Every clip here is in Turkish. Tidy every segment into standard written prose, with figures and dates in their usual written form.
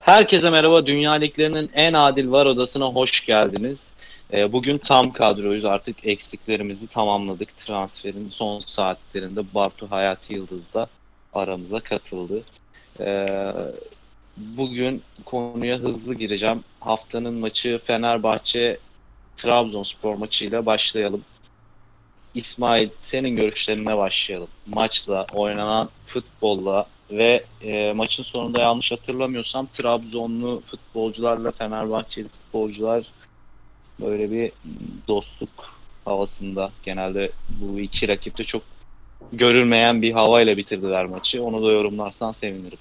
Herkese merhaba. Dünya Liglerinin en adil VAR odasına hoş geldiniz. Bugün tam kadroyuz. Artık eksiklerimizi tamamladık. Transferin son saatlerinde Bartu Hayati Yıldız da aramıza katıldı. Ee, Bugün konuya hızlı gireceğim. Haftanın maçı Fenerbahçe Trabzonspor maçıyla başlayalım. İsmail, senin görüşlerine başlayalım. Maçla, oynanan futbolla ve maçın sonunda yanlış hatırlamıyorsam Trabzonlu futbolcularla Fenerbahçeli futbolcular böyle bir dostluk havasında. Genelde bu iki rakip de çok görülmeyen bir havayla bitirdiler maçı. Onu da yorumlarsan sevinirim.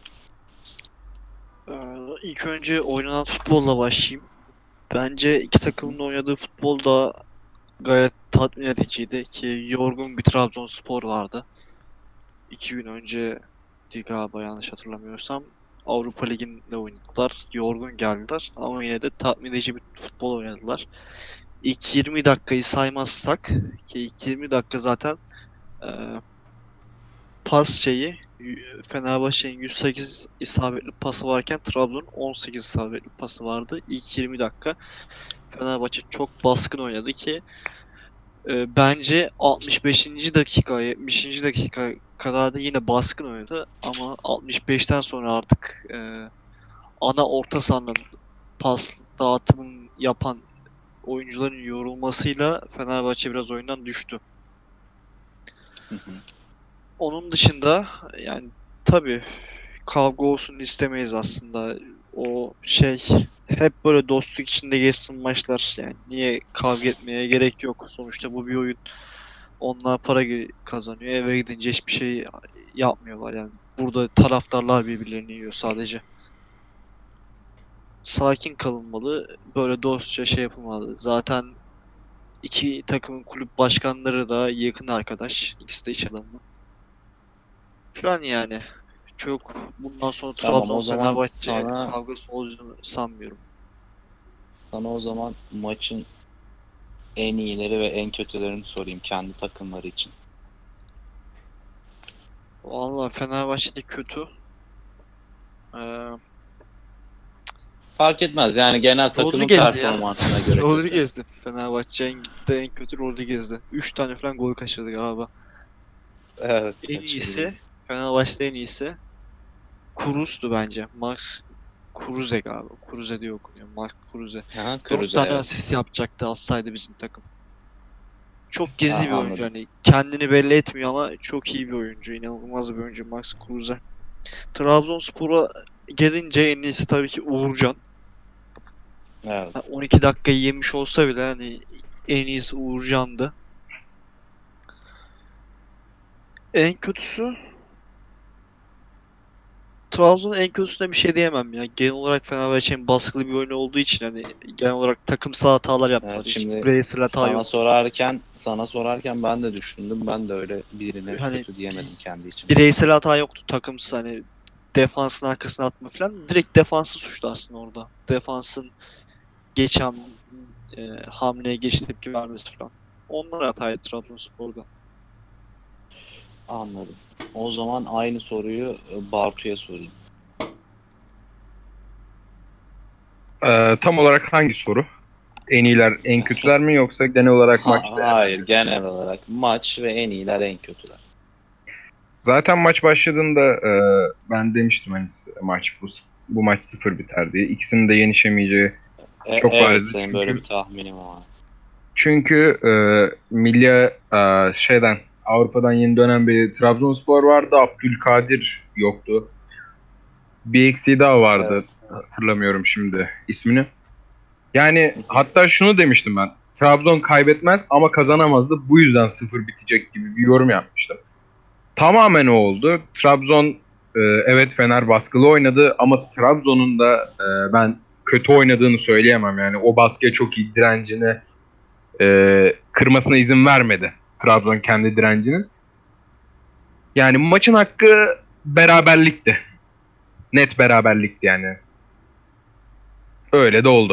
İlk önce oynanan futbolla başlayayım. Bence iki takımın oynadığı futbol da gayet tatmin ediciydi ki yorgun bir Trabzonspor vardı. 2 gün önce galiba yanlış hatırlamıyorsam Avrupa Ligi'nde oynadılar. Yorgun geldiler ama yine de tatmin edici bir futbol oynadılar. İlk 20 dakikayı saymazsak ki ilk 20 dakika zaten e, pas şeyi Fenerbahçe'nin 108 isabetli pası varken Trabzon'un 18 isabetli pası vardı. İlk 20 dakika Fenerbahçe çok baskın oynadı ki bence 65. dakika 70. dakika kadar da yine baskın oynadı ama 65'ten sonra artık ana orta sahanın pas dağıtımını yapan oyuncuların yorulmasıyla Fenerbahçe biraz oyundan düştü. Onun dışında yani tabii kavga olsun istemeyiz aslında. O şey hep böyle dostluk içinde geçsin maçlar. Yani niye kavga etmeye gerek yok. Sonuçta bu bir oyun. Onlar para kazanıyor. Eve gidince hiçbir şey yapmıyorlar yani. Burada taraftarlar birbirlerini yiyor sadece. Sakin kalınmalı. Böyle dostça şey yapılmalı. Zaten iki takımın kulüp başkanları da yakın arkadaş. İkisi de iş adamı. Falan yani. Çok bundan sonra Tamam, Trabzon o zaman Fenerbahçe sana kavgası olacağını sanmıyorum. sana o zaman maçın en iyileri ve en kötülerini sorayım kendi takımları için. Vallahi Fenerbahçe'de kötü. Ee, Fark etmez yani genel takımın Rodriguez'di ya. performansına göre kötü. Rodriguez'di. Fenerbahçe'de en kötü Rodriguez'di. 3 tane falan gol kaçırdı galiba. Evet, En kaçırdı. iyisi Fenerbahçe'de en iyisi Krus'tu bence. Max Kruse galiba. Kruse diye okunuyor. Max Kruse. Aha, 4 Cruze, tane evet. asist yapacaktı alsaydı bizim takım. Çok gizli bir oyuncu Anladım. hani kendini belli etmiyor ama çok iyi bir oyuncu. İnanılmaz bir oyuncu Max Kruse. Trabzonspor'a gelince en iyisi tabii ki Uğurcan. Evet. 12 dakikayı yemiş olsa bile hani en iyisi Uğurcan'dı. En kötüsü Trabzon'un en kötüsüne bir şey diyemem ya. Genel olarak Fenerbahçe'nin baskılı bir oyunu olduğu için hani genel olarak takımsal hatalar Evet, yaptılar. Hiç şimdi bireysel hata sana yok. sorarken ben de düşündüm. Ben de öyle birine Hani kötü diyemedim kendi içimde. bireysel hata yoktu takımsız hani defansın arkasına atma falan. Direkt defansı suçlu aslında orada. Defansın geçen hamleye geç tepki vermesi falan. Onlar hataydı Trabzonspor'da. Anladım. O zaman aynı soruyu Bartu'ya sorayım. Tam olarak hangi soru? En iyiler, en kötüler mi yoksa genel olarak maçta? Hayır, genel olarak maç ve en iyiler en kötüler. Zaten maç başladığında ben demiştim hani bu maç 0 biter diye. İkisinin de yenişemeyeceği çok Evet, barizdi. senin böyle bir tahminin var. Çünkü şeyden Avrupa'dan yeni dönen bir Trabzonspor vardı. Abdülkadir yoktu. Bir eksiği daha Evet. vardı. Hatırlamıyorum şimdi ismini. Yani Hı hı. hatta şunu demiştim ben. Trabzon kaybetmez ama kazanamazdı. Bu yüzden 0 bitecek gibi bir yorum yapmıştım. Tamamen o oldu. Trabzon evet Fener baskılı oynadı ama Trabzon'un da ben kötü oynadığını söyleyemem. Yani o baskıya çok iyi direncini kırmasına izin vermedi. Trabzon kendi direncinin. Yani maçın hakkı beraberlikti. Net beraberlikti yani. Öyle de oldu.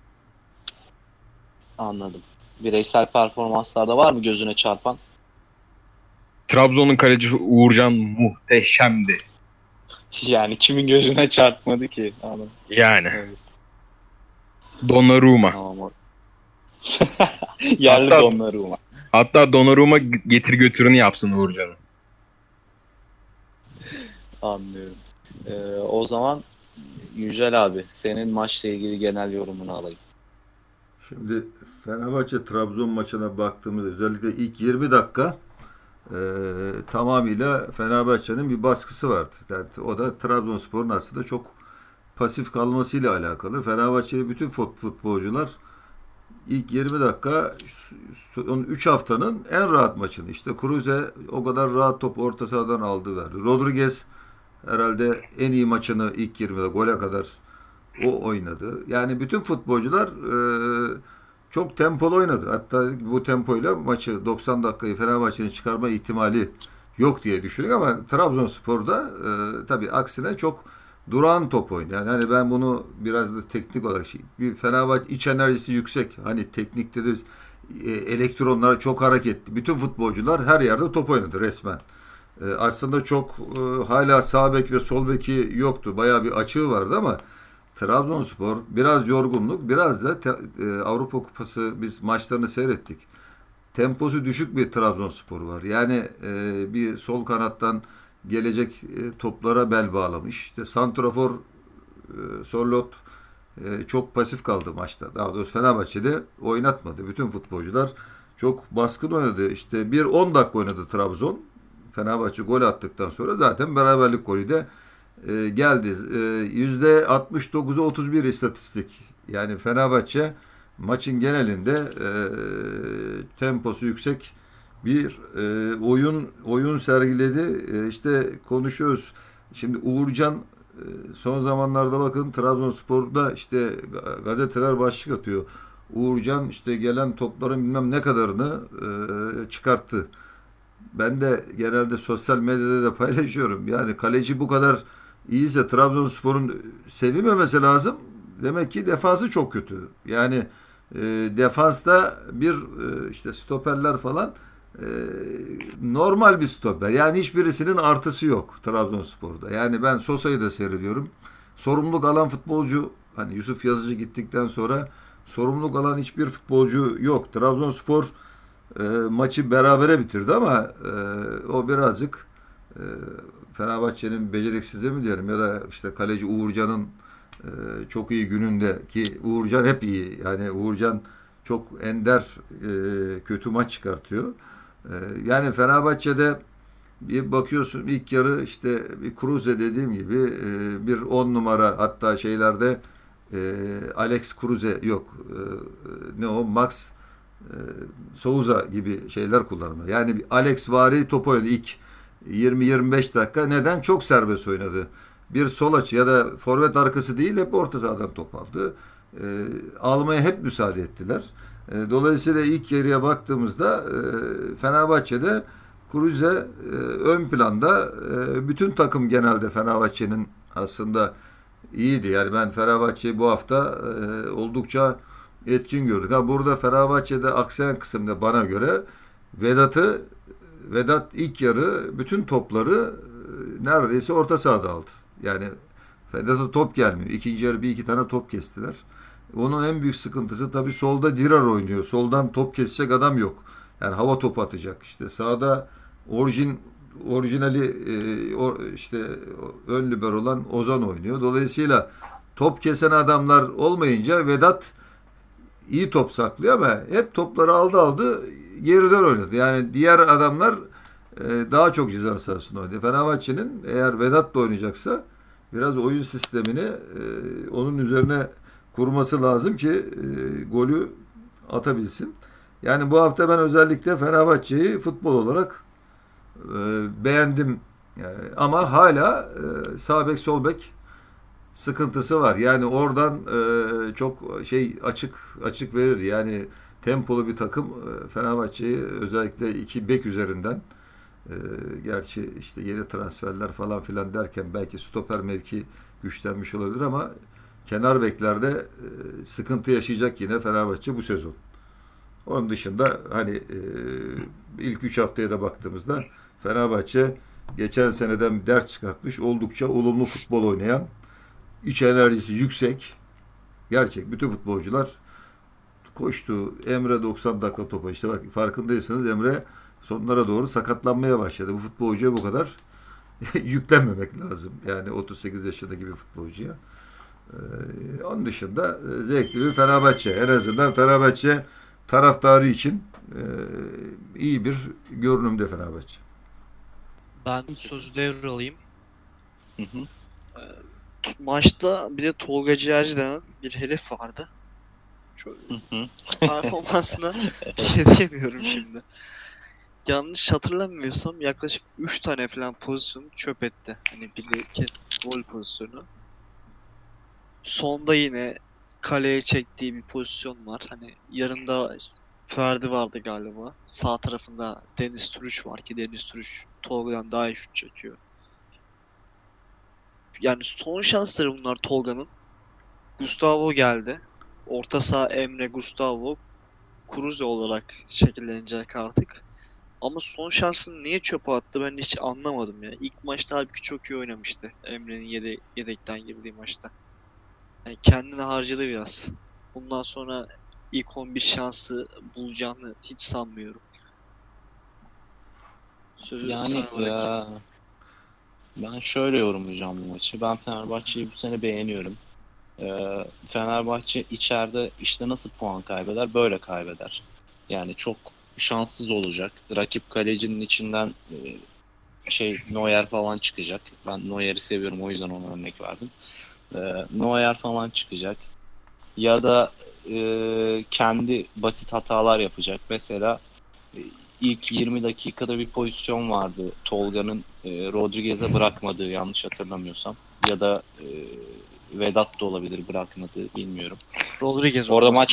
Anladım. Bireysel performanslarda var mı gözüne çarpan? Trabzon'un kalecisi Uğurcan muhteşemdi. Yani kimin gözüne çarpmadı ki? Anladım. Yani. Evet. Donnarumma. Tamam. Yerli Hatta- Donnarumma. Hatta Donnarumma getir götürünü yapsın Uğurcan'ın. Anlıyorum. O zaman Yücel abi senin maçla ilgili genel yorumunu alayım. Şimdi Fenerbahçe Trabzon maçına baktığımızda özellikle ilk 20 dakika tamamıyla Fenerbahçe'nin bir baskısı vardı. Yani o da Trabzonspor'un aslında çok pasif kalmasıyla alakalı. Fenerbahçeli bütün futbolcular ilk 20 dakika son 3 haftanın en rahat maçını. İşte Kruse o kadar rahat top orta sahadan aldı verdi. Rodriguez herhalde en iyi maçını ilk 20'de gole kadar o oynadı. Yani bütün futbolcular çok tempolu oynadı. Hatta bu tempoyla maçı 90 dakikayı Fenerbahçe'nin çıkarma ihtimali yok diye düşünüyorum ama Trabzonspor'da tabii aksine çok durağan top oynadı. Yani hani ben bunu biraz da teknik olarak bir Fenerbahçe iç enerjisi yüksek. Hani teknikte de elektronlar çok hareketli. Bütün futbolcular her yerde top oynadı resmen. Aslında çok hala sağ bek ve sol beki yoktu. Bayağı bir açığı vardı ama Trabzonspor biraz yorgunluk, biraz da Avrupa Kupası biz maçlarını seyrettik. Temposu düşük bir Trabzonspor var. Yani bir sol kanattan gelecek toplara bel bağlamış. İşte santrafor Sorloth çok pasif kaldı maçta. Daha doğrusu Fenerbahçe'de oynatmadı. Bütün futbolcular çok baskın oynadı. İşte bir 10 dakika oynadı Trabzon. Fenerbahçe gol attıktan sonra zaten beraberlik golü de geldi. %69'a 31 istatistik. Yani Fenerbahçe maçın genelinde temposu yüksek bir oyun sergiledi. İşte konuşuyoruz. Şimdi Uğurcan son zamanlarda bakın Trabzonspor'da işte gazeteler başlık atıyor. Uğurcan işte gelen topların bilmem ne kadarını çıkarttı. Ben de genelde sosyal medyada da paylaşıyorum. Yani kaleci bu kadar iyiyse Trabzonspor'un sevilmemesi lazım. Demek ki defansı çok kötü. Yani defansta işte stoperler falan normal bir stoper. Yani hiçbirisinin artısı yok Trabzonspor'da. Yani ben Sosa'yı da seyrediyorum. Sorumluluk alan futbolcu hani Yusuf Yazıcı gittikten sonra sorumluluk alan hiçbir futbolcu yok. Trabzonspor maçı berabere bitirdi ama o birazcık Fenerbahçe'nin beceriksizliği mi diyelim ya da işte kaleci Uğurcan'ın çok iyi gününde ki Uğurcan hep iyi. Yani Uğurcan çok ender kötü maç çıkartıyor. Yani Fenerbahçe'de bir bakıyorsun ilk yarı işte bir Kruse dediğim gibi bir 10 numara hatta şeylerde Alex Kruse yok. Ne o? Max Souza gibi şeyler kullanıyor. Yani bir Alex vari top oynadı ilk 20-25 dakika. Neden? Çok serbest oynadı. Bir sol açı ya da forvet arkası değil hep orta sahadan top aldı. Almaya hep müsaade ettiler. Dolayısıyla ilk yarıya baktığımızda Fenerbahçe'de Kruse ön planda bütün takım genelde Fenerbahçe'nin aslında iyiydi. Yani ben Fenerbahçe'yi bu hafta oldukça etkin gördük. Ha burada Fenerbahçe'de aksayan kısımda bana göre Vedat ilk yarı bütün topları neredeyse orta sahada aldı. Yani Vedat'a top gelmiyor. İkinci yarı bir iki tane top kestiler. Onun en büyük sıkıntısı tabii solda Dirar oynuyor. Soldan top kesecek adam yok. Yani hava topu atacak. İşte sağda orijinali işte ön libero olan Ozan oynuyor. Dolayısıyla top kesen adamlar olmayınca Vedat iyi top saklıyor ama hep topları aldı geriden oynadı. Yani diğer adamlar daha çok ceza sahasında oynadı. Fenerbahçe'nin eğer Vedat'la oynayacaksa biraz oyun sistemini onun üzerine kurması lazım ki golü atabilsin. Yani bu hafta ben özellikle Fenerbahçe'yi futbol olarak beğendim. Ama hala sağ bek sol bek sıkıntısı var. Yani oradan çok açık verir. Yani tempolu bir takım Fenerbahçe'yi özellikle iki bek üzerinden gerçi işte yeni transferler falan filan derken belki stoper mevki güçlenmiş olabilir ama kenar beklerde sıkıntı yaşayacak yine Fenerbahçe bu sezon. Onun dışında hani ilk 3 haftaya da baktığımızda Fenerbahçe geçen seneden bir ders çıkartmış. Oldukça olumlu futbol oynayan, iç enerjisi yüksek. Gerçek bütün futbolcular koştu. Emre 90 dakika topa işte bak farkındaysanız Emre sonlara doğru sakatlanmaya başladı. Bu futbolcuya bu kadar yüklenmemek lazım. Yani 38 yaşındaki bir futbolcuya. Onun dışında zevkli bir Fenerbahçe. En azından Fenerbahçe taraftarı için iyi bir görünümde Fenerbahçe. Ben sözü devralayım. Hı hı. Maçta bir de Tolga Ciğerci denen bir herif vardı. Şöyle Hı hı. performansına bir şey diyemiyorum şimdi. Yanlış hatırlamıyorsam yaklaşık 3 tane falan pozisyonu çöp etti. Hani bir iki gol pozisyonu. Sonda yine kaleye çektiği bir pozisyon var. Hani yanında Ferdi vardı galiba. Sağ tarafında Deniz Türüç var ki Deniz Türüç Tolga'dan daha iyi şut çekiyor. Yani son şansları bunlar Tolga'nın. Gustavo geldi. Orta saha Emre, Gustavo, Kruse olarak şekillenecek artık. Ama son şansını niye çöpe attı ben hiç anlamadım ya. İlk maçta halbuki çok iyi oynamıştı. Emre'nin yedekten girdiği maçta. Yani kendini harcadı biraz. Bundan sonra ilk 11 şansı bulacağını hiç sanmıyorum. Sözü Yani sana bırakayım. ben şöyle yorumlayacağım bu maçı. Ben Fenerbahçe'yi bu sene beğeniyorum. Fenerbahçe içeride işte nasıl puan kaybeder? Böyle kaybeder. Yani çok şanssız olacak. Rakip kalecinin içinden Neuer falan çıkacak. Ben Neuer'i seviyorum o yüzden ona örnek verdim. Neuer falan çıkacak. Ya da kendi basit hatalar yapacak. Mesela e, ilk 20 dakikada bir pozisyon vardı. Tolga'nın Rodriguez'e bırakmadığı yanlış hatırlamıyorsam. Ya da Vedat da olabilir bırakmadığı bilmiyorum. Rodriguez Orada olması maç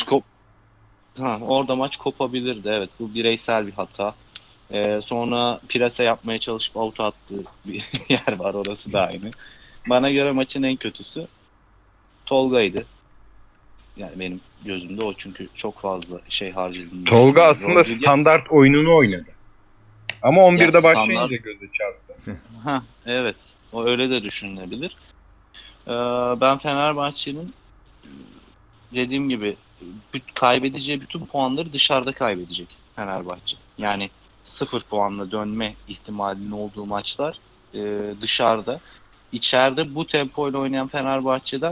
orada maç kopabilirdi. Evet bu bireysel bir hata. Sonra plase yapmaya çalışıp out attığı bir yer var. Orası da aynı. Bana göre maçın en kötüsü Tolga'ydı. Yani benim gözümde o çünkü çok fazla şey harcadığını Tolga düşünüyorum. aslında Rodriguez standart oyununu oynadı. Ama ya 11'de standart başlayınca göze çarptı. evet o öyle de düşünülebilir. Ee, Ben Fenerbahçe'nin dediğim gibi kaybedeceği bütün puanları dışarıda kaybedecek Fenerbahçe. Yani 0 puanla dönme ihtimalinin olduğu maçlar dışarıda. İçeride bu tempoyla oynayan Fenerbahçe'den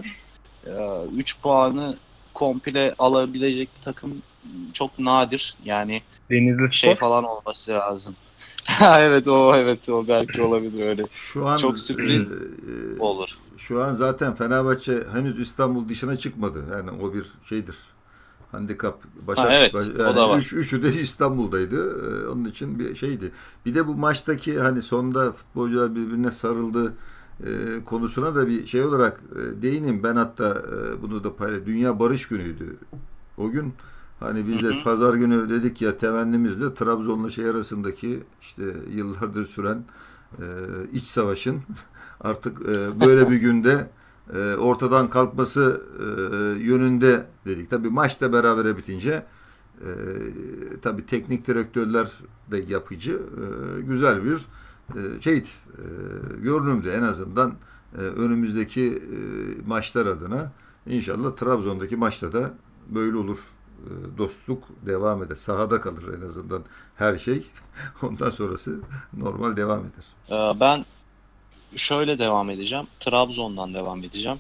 3 puanı komple alabilecek bir takım çok nadir. Yani Denizli şey Spor. falan olması lazım. Evet o belki olabilir öyle. Şu an Çok sürpriz olur. şu an zaten Fenerbahçe henüz İstanbul dışına çıkmadı. Yani o bir şeydir. Handikap. Evet o Yani da var. üçü de İstanbul'daydı. Onun için bir şeydi. Bir de bu maçtaki hani sonda futbolcular birbirine sarıldı konusuna da bir şey olarak değineyim. Ben hatta bunu da Dünya Barış Günü'ydü. O gün hani biz Hı de hı. pazar günü dedik ya temennimiz de Trabzon'la şey arasındaki işte yıllardır süren e, iç savaşın artık böyle bir günde ortadan kalkması yönünde dedik. Tabii maç da berabere bitince e, tabii teknik direktörler de yapıcı güzel bir görünümdü en azından önümüzdeki maçlar adına. İnşallah Trabzon'daki maçta da böyle olur. Dostluk devam eder. Sahada kalır en azından her şey. Ondan sonrası normal devam eder. Ben şöyle devam edeceğim. Trabzon'dan devam edeceğim.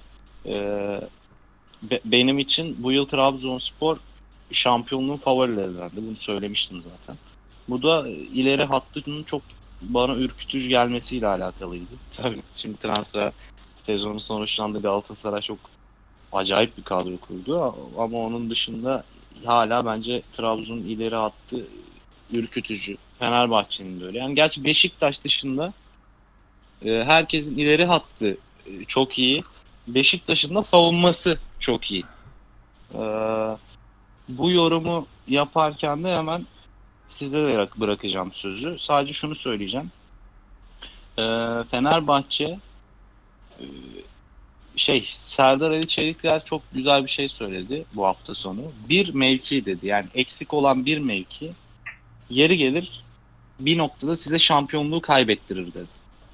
Benim için bu yıl Trabzonspor şampiyonluğun favorilerindendi. Bunu söylemiştim zaten. Bu da ileri hattının çok bana ürkütücü gelmesiyle alakalıydı. Tabii şimdi transfer sezonu sonuçlandı. Galatasaray çok acayip bir kadro kurdu. Ama onun dışında hala bence Trabzon'un ileri hattı ürkütücü. Fenerbahçe'nin de öyle. Yani gerçi Beşiktaş dışında herkesin ileri hattı çok iyi. Beşiktaş'ın da savunması çok iyi. E, Bu yorumu yaparken de hemen size bırakacağım sözü. Sadece şunu söyleyeceğim. E, Fenerbahçe e, Serdar Ali Çelikler çok güzel bir şey söyledi bu hafta sonu. Bir mevki dedi. Yani eksik olan bir mevki yeri gelir bir noktada size şampiyonluğu kaybettirir dedi.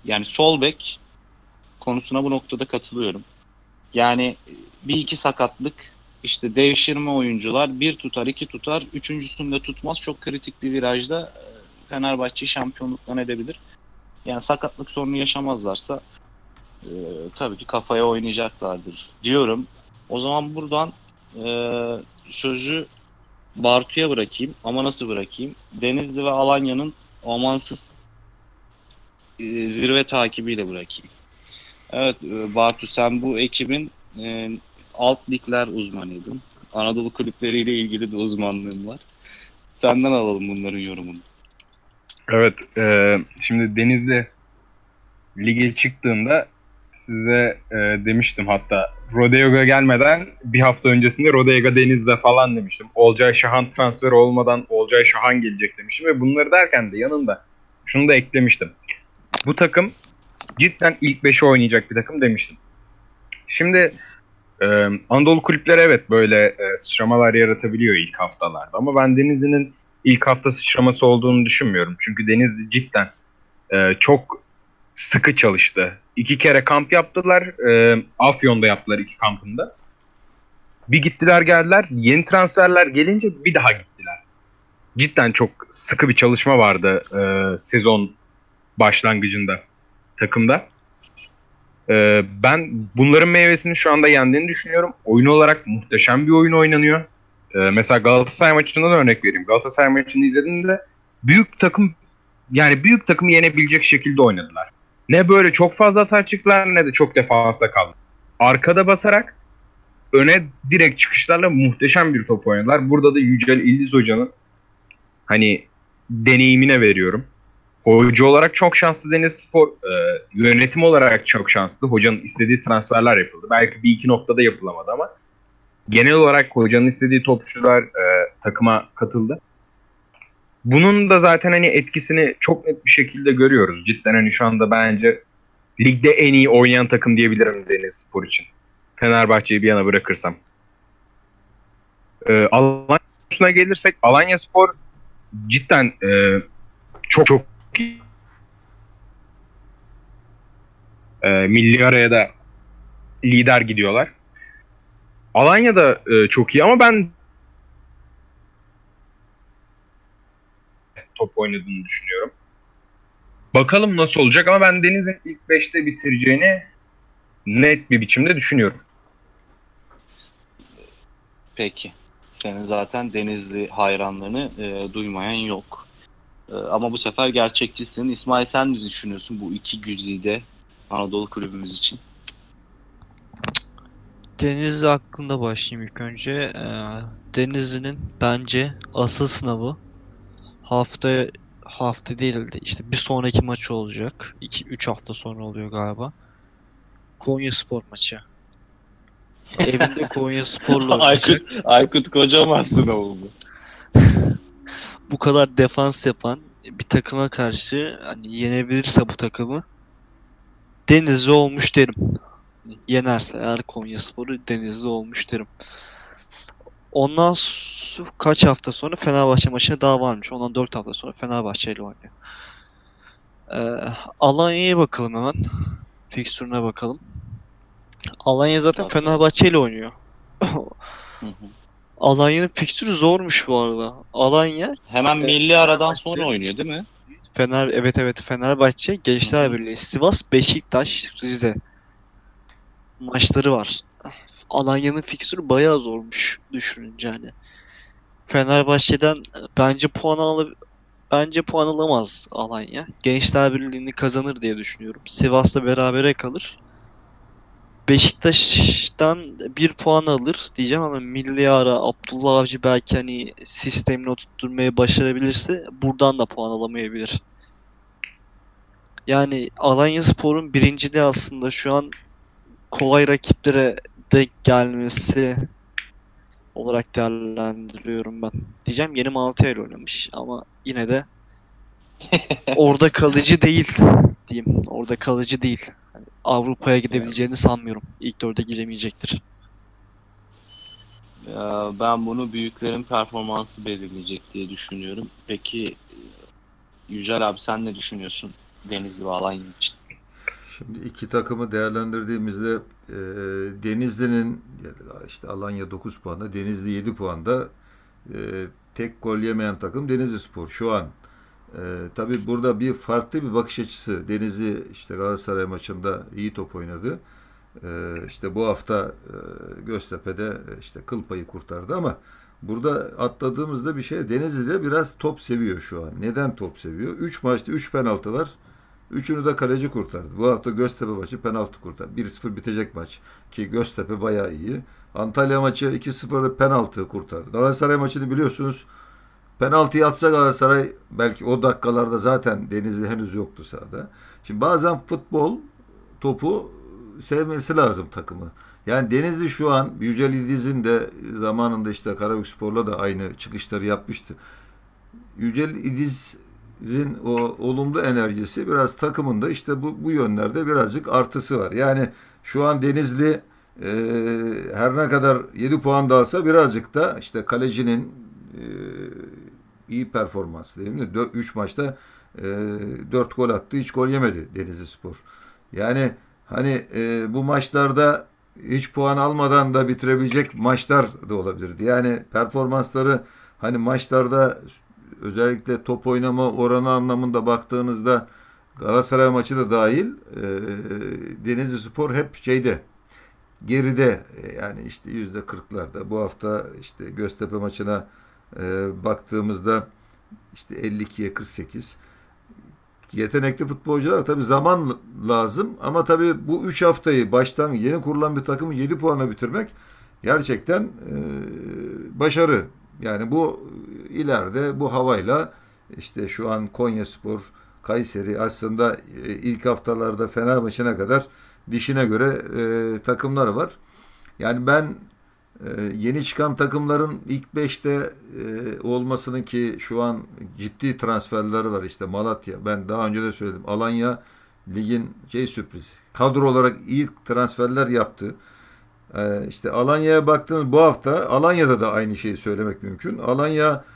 Yani sol bek konusuna bu noktada katılıyorum. Yani bir iki sakatlık, işte devşirme oyuncular bir tutar, iki tutar, üçüncüsünde tutmaz. Çok kritik bir virajda Fenerbahçe'yi şampiyonluktan edebilir. Yani sakatlık sorunu yaşamazlarsa tabii ki kafaya oynayacaklardır diyorum. O zaman buradan e, sözü Bartu'ya bırakayım. Ama nasıl bırakayım? Denizli ve Alanya'nın amansız zirve takibiyle bırakayım. Evet Bartu, sen bu ekibin e, alt ligler uzmanıydın. Anadolu kulüpleriyle ilgili de uzmanlığın var. Senden alalım bunların yorumunu. Evet, şimdi Denizli lige çıktığında size demiştim, hatta Rodeo'ya gelmeden bir hafta öncesinde Rodega Deniz'de falan demiştim. Olcay Şahan transferi olmadan Olcay Şahan gelecek demiştim ve bunları derken de yanında şunu da eklemiştim. Bu takım cidden ilk 5'e oynayacak bir takım demiştim. Şimdi Anadolu kulüpleri evet böyle sıçramalar yaratabiliyor ilk haftalarda ama ben Denizli'nin ilk hafta sıçraması olduğunu düşünmüyorum. Çünkü Denizli cidden çok sıkı çalıştı. 2 kere kamp yaptılar. Afyon'da yaptılar 2 kampında. Bir gittiler geldiler. Yeni transferler gelince bir daha gittiler. Cidden çok sıkı bir çalışma vardı sezon başlangıcında takımda. Ben bunların meyvesini şu anda yendiğini düşünüyorum. Oyun olarak muhteşem bir oyun oynanıyor. Mesela Galatasaray maçından örnek vereyim. Galatasaray maçını izlediğimde büyük takım, yani büyük takımı yenebilecek şekilde oynadılar. Ne böyle çok fazla hata çıktılar ne de çok defansta kaldı. Arkada basarak öne direkt çıkışlarla muhteşem bir top oynadılar. Burada da Yücel İldiz Hoca'nın hani deneyimine veriyorum. Hoca olarak çok şanslı Denizlispor, yönetim olarak çok şanslı. Hocanın istediği transferler yapıldı. Belki bir iki noktada yapılamadı ama genel olarak hocanın istediği topçular takıma katıldı. Bunun da zaten hani etkisini çok net bir şekilde görüyoruz. Cidden hani şu anda bence ligde en iyi oynayan takım diyebilirim Denizlispor için. Fenerbahçe'yi bir yana bırakırsam. Alanya'sına gelirsek Alanyaspor cidden çok çok iyi. Milli araya da lider gidiyorlar. Alanya da çok iyi ama ben top oynadığını düşünüyorum. Bakalım nasıl olacak ama ben Deniz'in ilk 5'te bitireceğini net bir biçimde düşünüyorum. Peki. Senin zaten Denizli hayranlarını duymayan yok. Ama bu sefer gerçekçisin. İsmail, sen ne düşünüyorsun bu iki güzide Anadolu kulübümüz için? Denizli hakkında başlayayım ilk önce. Denizli'nin bence asıl sınavı hafta değildi. İşte bir sonraki maçı olacak. 2-3 hafta sonra oluyor galiba. Konyaspor maçı. Evinde Konyaspor'la oynayacak. Aykut Kocaman sınavı bu. Bu kadar defans yapan bir takıma karşı hani yenebilirse bu takımı Denizli olmuş derim. Yenerse eğer Konyaspor'u Denizli olmuş derim. Ondan kaç hafta sonra Fenerbahçe maçına daha varmış. Ondan 4 hafta sonra Fenerbahçe ile oynuyor. Alanya'ya bakalım hemen. Fikstürüne bakalım. Alanya zaten Zaten. Fenerbahçe ile oynuyor. Hı hı. Alanya'nın fikstürü zormuş bu arada. Alanya Hemen milli aradan sonra oynuyor değil mi? Evet Fenerbahçe, Gençler Hı hı. Birliği, Sivas, Beşiktaş, Rize maçları var. Alanya'nın fikstürü bayağı zormuş düşününce hani. Fenerbahçe'den bence puan alamaz Alanya. Gençler Birliği'ni kazanır diye düşünüyorum. Sivas'la berabere kalır. Beşiktaş'tan bir puan alır diyeceğim ama milli ara Abdullah Avcı belki hani sistemini oturtturmayı başarabilirse buradan da puan alamayabilir. Yani Alanyaspor'un birinciliği aslında şu an kolay rakiplere denk gelmesi olarak değerlendiriyorum ben. Diyeceğim yeni Malatya ile oynamış ama yine de orada kalıcı değil diyeyim. Orada kalıcı değil. Hani Avrupa'ya gidebileceğini sanmıyorum. İlk dörde giremeyecektir. Ben bunu büyüklerin performansı belirleyecek diye düşünüyorum. Peki Yücel abi, sen ne düşünüyorsun Denizli ve Alanya için? Şimdi iki takımı değerlendirdiğimizde Denizli'nin işte Alanya 9 puanda, Denizli 7 puanda, tek gol yemeyen takım Denizlispor şu an. Tabii burada bir farklı bir bakış açısı. Denizli işte Galatasaray maçında iyi top oynadı. İşte bu hafta Göztepe'de işte kıl payı kurtardı ama burada atladığımızda bir şey, Denizli'de biraz top seviyor şu an. Neden top seviyor? 3 maçta 3 penaltı var. Üçünü de kaleci kurtardı. Bu hafta Göztepe maçı penaltı kurtardı. 1-0 bitecek maç. Ki Göztepe bayağı iyi. Antalya maçı 2-0'da penaltı kurtardı. Galatasaray maçını biliyorsunuz. Penaltıyı atsa Galatasaray belki o dakikalarda zaten Denizli henüz yoktu sahada. Şimdi bazen futbol topu sevmesi lazım takımı. Yani Denizli şu an Yücel İdiz'in de zamanında işte Karabükspor'la da aynı çıkışları yapmıştı. Yücel İdiz'in o olumlu enerjisi biraz takımında işte bu yönlerde birazcık artısı var. Yani şu an Denizli her ne kadar 7 puan da alsa birazcık da işte kalecinin iyi performansı değil mi? 3 maçta 4 gol attı, hiç gol yemedi Denizlispor. Yani hani bu maçlarda hiç puan almadan da bitirebilecek maçlar da olabilirdi. Yani performansları hani maçlarda özellikle top oynama oranı anlamında baktığınızda Galatasaray maçı da dahil Denizlispor hep şeyde geride, yani işte %40'larda. Bu hafta işte Göztepe maçına baktığımızda işte 52'ye 48. Yetenekli futbolcular, tabii zaman lazım ama tabii bu 3 haftayı baştan yeni kurulan bir takımı 7 puanla bitirmek gerçekten başarı. Yani bu ileride bu havayla işte şu an Konyaspor, Kayseri aslında ilk haftalarda Fenerbahçe'ne kadar dişine göre takımlar var. Yani ben yeni çıkan takımların ilk 5'te olmasının, ki şu an ciddi transferleri var. İşte Malatya, ben daha önce de söyledim. Alanya ligin sürpriz. Kadro olarak iyi transferler yaptı. İşte Alanya'ya baktığınız bu hafta Alanya'da da aynı şeyi söylemek mümkün. Alanya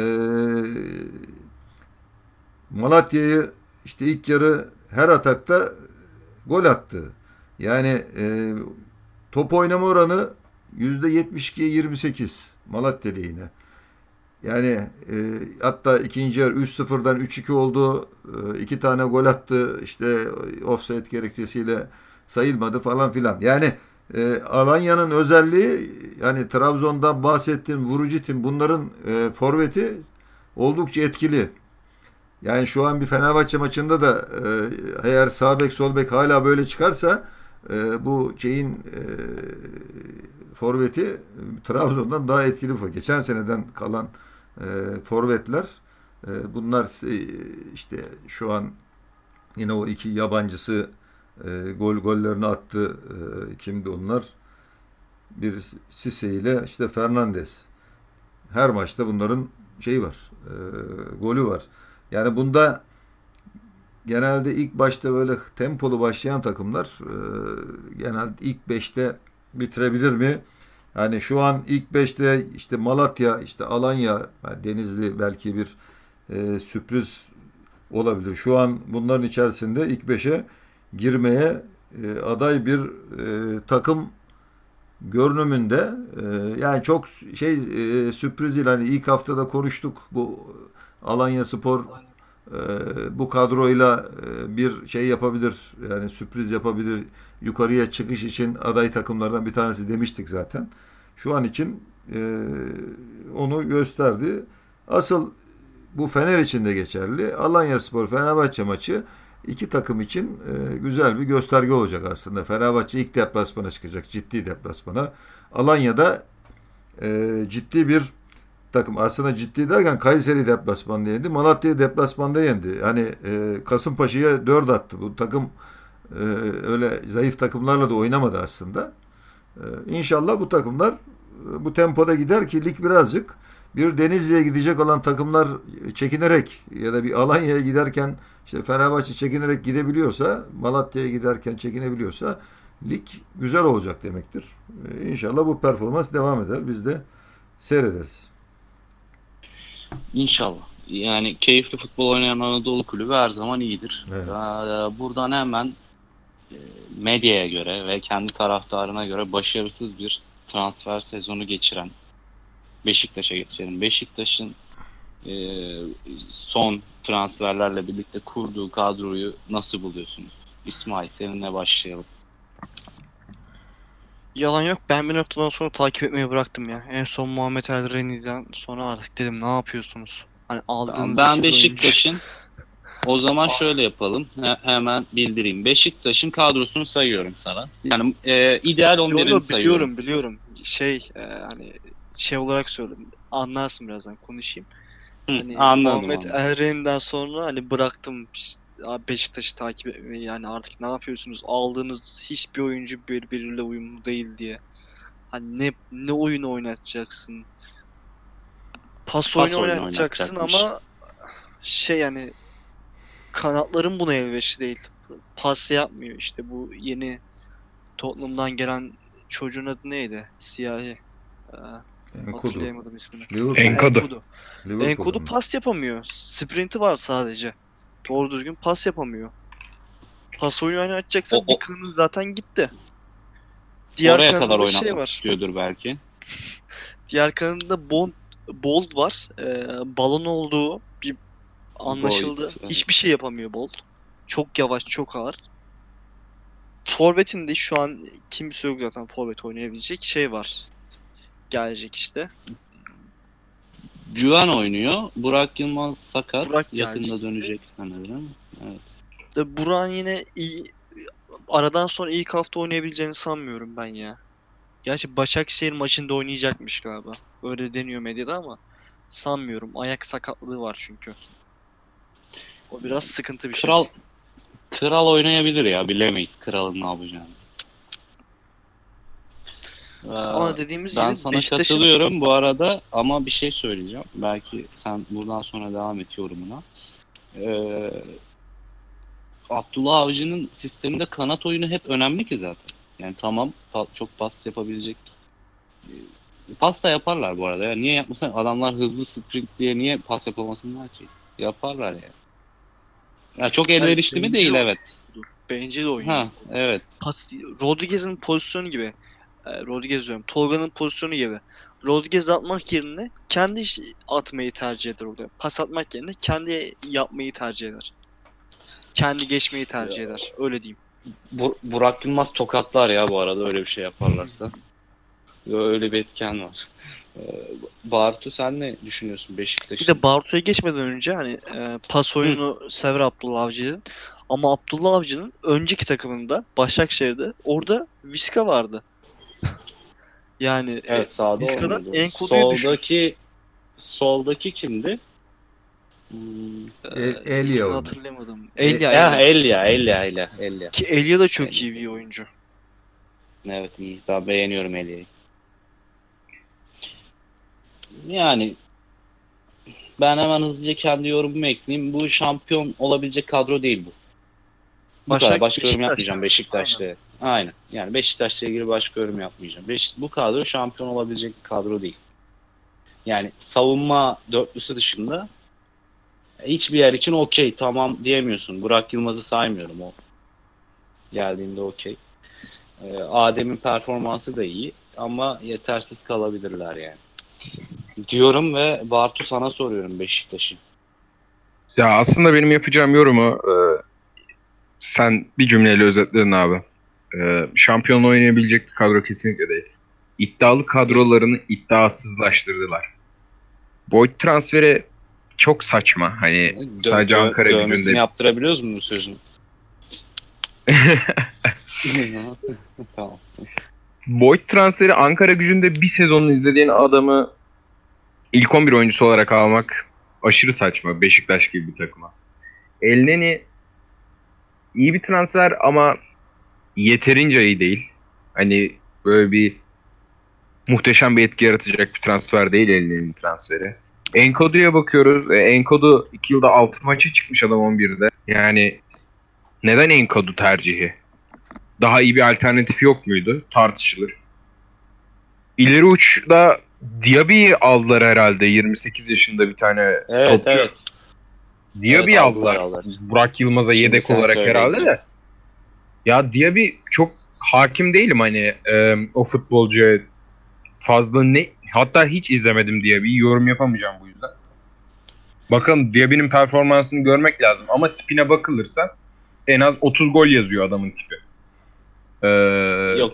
Malatya'yı işte ilk yarı her atakta gol attı. Yani top oynama oranı %72'ye 28 Malatya lehine. Yani hatta ikinci yarı 3-0'dan 3-2 oldu. 2 tane gol attı. İşte offside gerekçesiyle sayılmadı falan filan. Yani Alanya'nın özelliği, yani Trabzon'dan bahsettiğim vurucu tim, bunların forveti oldukça etkili. Yani şu an bir Fenerbahçe maçında da eğer sağ bek sol bek hala böyle çıkarsa bu forveti Trabzon'dan daha etkili. Geçen seneden kalan forvetler, bunlar işte şu an yine o iki yabancısı gollerini attı. Kimdi onlar? Bir Sisse ile işte Fernandes. Her maçta bunların var. Golü var. Yani bunda genelde ilk başta böyle tempolu başlayan takımlar genelde ilk 5'te bitirebilir mi? Yani şu an ilk 5'te işte Malatya, işte Alanya, yani Denizli belki bir sürpriz olabilir. Şu an bunların içerisinde ilk 5'e girmeye aday bir takım görünümünde. Yani çok sürpriz değil. Hani ilk haftada konuştuk, bu Alanyaspor bu kadroyla bir yapabilir, yani sürpriz yapabilir, yukarıya çıkış için aday takımlardan bir tanesi demiştik zaten. Şu an için onu gösterdi. Asıl bu Fener için de geçerli. Alanyaspor Fenerbahçe maçı iki takım için güzel bir gösterge olacak aslında. Fenerbahçe ilk deplasmana çıkacak, ciddi deplasmana. Alanya'da ciddi bir takım. Aslında ciddi derken Kayseri deplasmanda yendi. Malatya'yı deplasmanda yendi. Hani Kasımpaşa'ya 4 attı. Bu takım öyle zayıf takımlarla da oynamadı aslında. İnşallah bu takımlar bu tempoda gider ki lig birazcık, bir Denizli'ye gidecek olan takımlar çekinerek ya da bir Alanya'ya giderken işte Fenerbahçe çekinerek gidebiliyorsa, Malatya'ya giderken çekinebiliyorsa lig güzel olacak demektir. İnşallah bu performans devam eder. Biz de seyrederiz. İnşallah. Yani keyifli futbol oynayan Anadolu Kulübü her zaman iyidir. Evet. Buradan hemen medyaya göre ve kendi taraftarına göre başarısız bir transfer sezonu geçiren Beşiktaş'a geçelim. Beşiktaş'ın son transferlerle birlikte kurduğu kadroyu nasıl buluyorsunuz? İsmail, seninle başlayalım. Yalan yok, ben bir noktadan sonra takip etmeyi bıraktım ya. En son Muhammed El Reni'den sonra artık dedim ne yapıyorsunuz? Hani aldığınız Ben iki Beşiktaş'ın o zaman şöyle yapalım. Hemen bildireyim. Beşiktaş'ın kadrosunu sayıyorum sana. Yani ideal 11'ini sayıyorum. Biliyorum. Hani şey olarak söyledim. Anlarsın, birazdan konuşayım. Hani Anladım. Muhammed El Reni'den sonra hani bıraktım Beşiktaş'ı takip etmeyi. Yani artık ne yapıyorsunuz? Aldığınız hiçbir oyuncu birbiriyle uyumlu değil diye. Hani ne oyun oynatacaksın? Pas oyunu oynatacaksın ama yani kanatların buna elverişli değil. Pas yapmıyor işte, bu yeni Tottenham'dan gelen çocuğun adı neydi? Siyahi. Hatırlayamadım ismini. Enkodu pas yapamıyor. Sprinti var sadece. Doğru düzgün pas yapamıyor. Pas oyunu oynatacaksan bir kanı zaten gitti. Oraya kadar oynatmak istiyordur belki. Diğer kanında Bold var. Balon olduğu bir anlaşıldı. Bold, evet. Hiçbir şey yapamıyor Bold. Çok yavaş, çok ağır. Forvet'in de şu an kimse yok zaten forvet oynayabilecek var. Gelecek işte. Güven oynuyor. Burak Yılmaz sakat. Burak yakında dönecek sanırım. Evet. Burak'ın yine iyi, aradan sonra ilk hafta oynayabileceğini sanmıyorum ben ya. Gerçi Başakşehir maçında oynayacakmış galiba. Öyle deniyor medyada ama sanmıyorum. Ayak sakatlığı var çünkü. O biraz sıkıntı bir şey. Kral oynayabilir ya. Bilemeyiz Kral'ın ne yapacağını. Ama dediğimiz ben gibi sana katılıyorum bu arada ama bir şey söyleyeceğim. Belki sen buradan sonra devam et yorumuna. Abdullah Avcı'nın sisteminde kanat oyunu hep önemli ki zaten. Yani tamam çok pas yapabilecek. Pas da yaparlar bu arada. Ya. Niye yapmasın? Adamlar hızlı sprint diye niye pas yapamasınlar ki? Yaparlar ya. Yani çok elverişli mi değil, evet. Bencil oyun. Ha, evet. Rodriguez'in pozisyonu gibi. Rodriguez diyorum. Tolga'nın pozisyonu gibi. Rodriguez atmak yerine kendi atmayı tercih eder orada. Pas atmak yerine kendi yapmayı tercih eder. Kendi geçmeyi tercih eder. Öyle diyeyim. Burak Yılmaz tokatlar ya bu arada öyle bir şey yaparlarsa. Öyle bir etken var. Bartu, sen ne düşünüyorsun Beşiktaş'ın? Bir de Bartu'ya geçmeden önce hani pas oyunu sever Abdullah Avcı'nın. Ama Abdullah Avcı'nın önceki takımında Başakşehir'de orada Viska vardı. Yani evet, sağda Viska'dan oynadı. Enkodu'yu Soldaki kimdi? Elia hatırlamadım. Elia. Ki Elia da çok iyi bir oyuncu. Evet, iyi. Ben beğeniyorum Elia'yı. Yani ben hemen hızlıca kendi yorumumu ekleyeyim. Bu şampiyon olabilecek kadro değil bu. Başka yorum yapmayacağım Beşiktaş'ta. Aynen. Yani Beşiktaş'la ilgili başka yorum yapmayacağım. Bu kadro şampiyon olabilecek bir kadro değil. Yani savunma dörtlüsü dışında hiçbir yer için okey tamam diyemiyorsun. Burak Yılmaz'ı saymıyorum, o geldiğinde okey. Adem'in performansı da iyi ama yetersiz kalabilirler yani. Diyorum ve Bartu sana soruyorum Beşiktaş'ı. Ya aslında benim yapacağım yorumu sen bir cümleyle özetledin abi. Şampiyonla oynayabilecek bir kadro kesinlikle değil. İddialı kadrolarını iddiasızlaştırdılar. Boyd transferi çok saçma. Hani sadece Ankara gücünde. Dövmesini yaptırabiliyoruz mu bu sözün? Tamam. Boyd transferi Ankara gücünde bir sezonunu izlediğin adamı ilk 11 oyuncusu olarak almak aşırı saçma Beşiktaş gibi bir takıma. Elneny iyi bir transfer ama yeterince iyi değil. Hani böyle bir muhteşem bir etki yaratacak bir transfer değil Elneny'nin transferi. Enkodu'ya bakıyoruz. Enkodu 2 yılda 6 maça çıkmış adam 11'de. Yani neden Enkodu tercihi? Daha iyi bir alternatif yok muydu? Tartışılır. İleri uçta Diaby'i aldılar herhalde. 28 yaşında bir tane topçu. Evet. Diaby'i aldılar. Burak Yılmaz'a yedek olarak herhalde de. Ya Diaby çok hakim değilim hani o futbolcuya fazla ne hatta hiç izlemedim Diaby'yi, yorum yapamayacağım bu yüzden. Bakalım, Diaby'nin performansını görmek lazım ama tipine bakılırsa en az 30 gol yazıyor adamın tipi. Ee, Yok.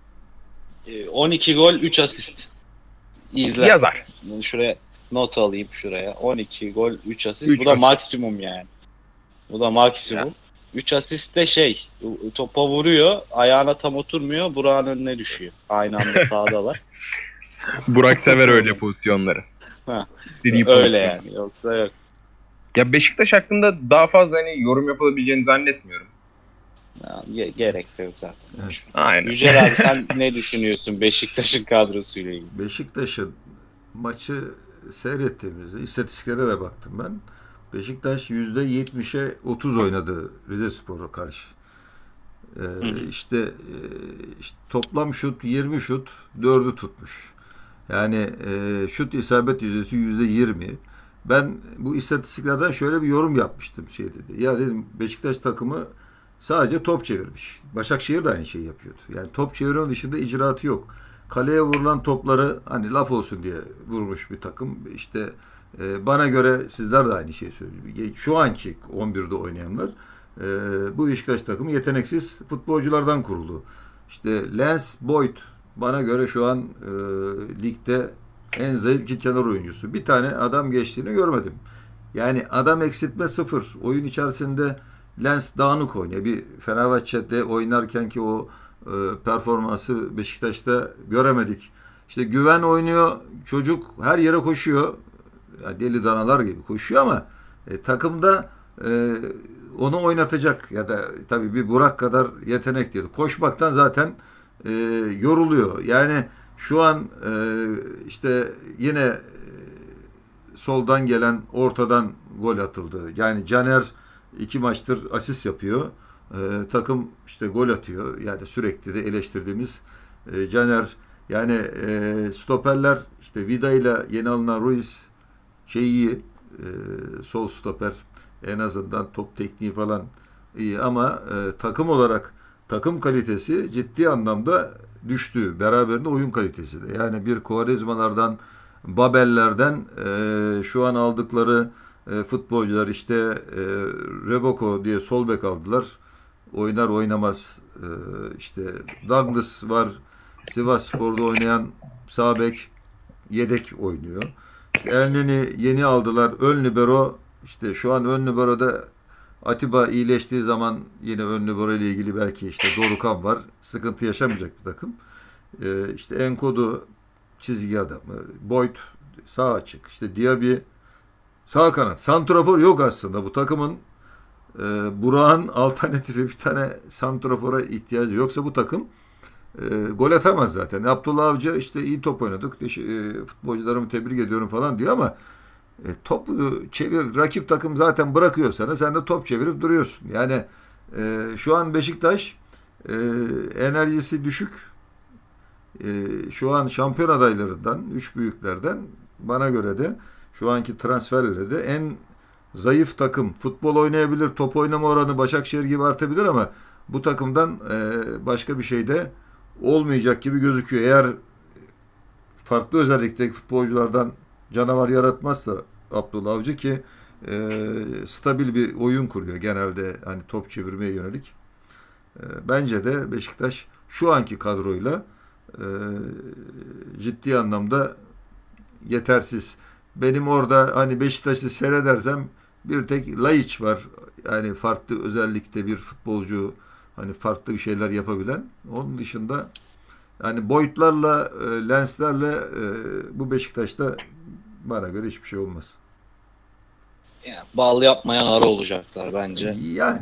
12 gol 3 asist. İzle. Yazar. Şuraya not alayım şuraya. 12 gol 3 asist. 3 Bu da asist. maksimum yani. Bu da maksimum. 3 asist de topa vuruyor. Ayağına tam oturmuyor. Burak'ın önüne düşüyor. Aynı anda sahadalar. Burak sever öyle pozisyonları. Ha, Free öyle pozisyon. yani. Yoksa yok. Ya Beşiktaş hakkında daha fazla hani yorum yapılabileceğini zannetmiyorum. Ya, gerek de yok zaten. Evet. Aynen. Yücel abi sen ne düşünüyorsun Beşiktaş'ın kadrosuyla ilgili? Beşiktaş'ın maçı seyrettiğimizde istatistiklere de baktım ben. Beşiktaş %70'e 30 oynadı Rizespor'a karşı. İşte toplam şut 20 şut 4'ü tutmuş. Yani şut isabet yüzdesi %20. Ben bu istatistiklerden şöyle bir yorum yapmıştım dedi. Ya dedim, Beşiktaş takımı sadece top çevirmiş. Başakşehir de aynı şeyi yapıyordu. Yani top çevirmenin dışında icraatı yok. Kaleye vurulan topları hani laf olsun diye vurmuş bir takım. İşte bana göre sizler de aynı şeyi söylüyor. Şu anki 11'de oynayanlar bu Beşiktaş takımı yeteneksiz futbolculardan kuruldu. İşte Lens, Boyd bana göre şu an ligde en zayıf iki kenar oyuncusu. Bir tane adam geçtiğini görmedim. Yani adam eksiltme 0. Oyun içerisinde Lens dağınık oynuyor. Bir Fenerbahçe'de oynarken ki o performansı Beşiktaş'ta göremedik. İşte Güven oynuyor. Çocuk her yere koşuyor. Yani deli danalar gibi koşuyor ama takımda onu oynatacak ya da tabii bir Burak kadar yetenek değil. Koşmaktan zaten yoruluyor. Yani şu an işte yine soldan gelen ortadan gol atıldı. Yani Caner 2 maçtır asist yapıyor. Takım işte gol atıyor. Yani sürekli de eleştirdiğimiz Caner, yani stoperler işte Vida ile yeni alınan Ruiz iyi, sol stoper, en azından top tekniği falan iyi ama takım olarak takım kalitesi ciddi anlamda düştü. Beraberinde oyun kalitesi de. Yani bir Quaresma'lardan, Babel'lerden şu an aldıkları futbolcular işte Reboko diye sol bek aldılar. Oynar oynamaz. İşte Douglas var. Sivasspor'da oynayan sağ bek, yedek oynuyor. İşte Elneni yeni aldılar. Ön libero, işte şu an ön libero'da Atiba iyileştiği zaman yine ön libero ile ilgili belki işte Dorukhan var. Sıkıntı yaşamayacak bir takım. İşte Enkodu çizgi adamı. Boyd sağ açık. İşte Diaby sağ kanat. Santrafor yok aslında. Bu takımın Burak'ın alternatifi bir tane santrafora ihtiyacı. Yoksa bu takım gol atamaz zaten. Abdullah Avcı işte iyi top oynadık. Futbolcularımı tebrik ediyorum falan diyor ama topu çevir, rakip takım zaten bırakıyor sana. Sen de top çevirip duruyorsun. Yani şu an Beşiktaş enerjisi düşük. Şu an şampiyon adaylarından, 3 büyüklerden bana göre de şu anki transferleri de en zayıf takım. Futbol oynayabilir, top oynama oranı Başakşehir gibi artabilir ama bu takımdan başka bir şey de olmayacak gibi gözüküyor. Eğer farklı özellikteki futbolculardan canavar yaratmazsa Abdullah Avcı ki stabil bir oyun kuruyor genelde, hani top çevirmeye yönelik. Bence de Beşiktaş şu anki kadroyla ciddi anlamda yetersiz. Benim orada hani Beşiktaş'ı seyredersem bir tek Laiç var. Yani farklı özellikte bir futbolcu, hani farklı bir şeyler yapabilen. Onun dışında yani Boyd'larla, Lens'lerle bu Beşiktaş'ta bana göre hiçbir şey olmaz. Yani bal yapmayan arı olacaklar bence. Yani.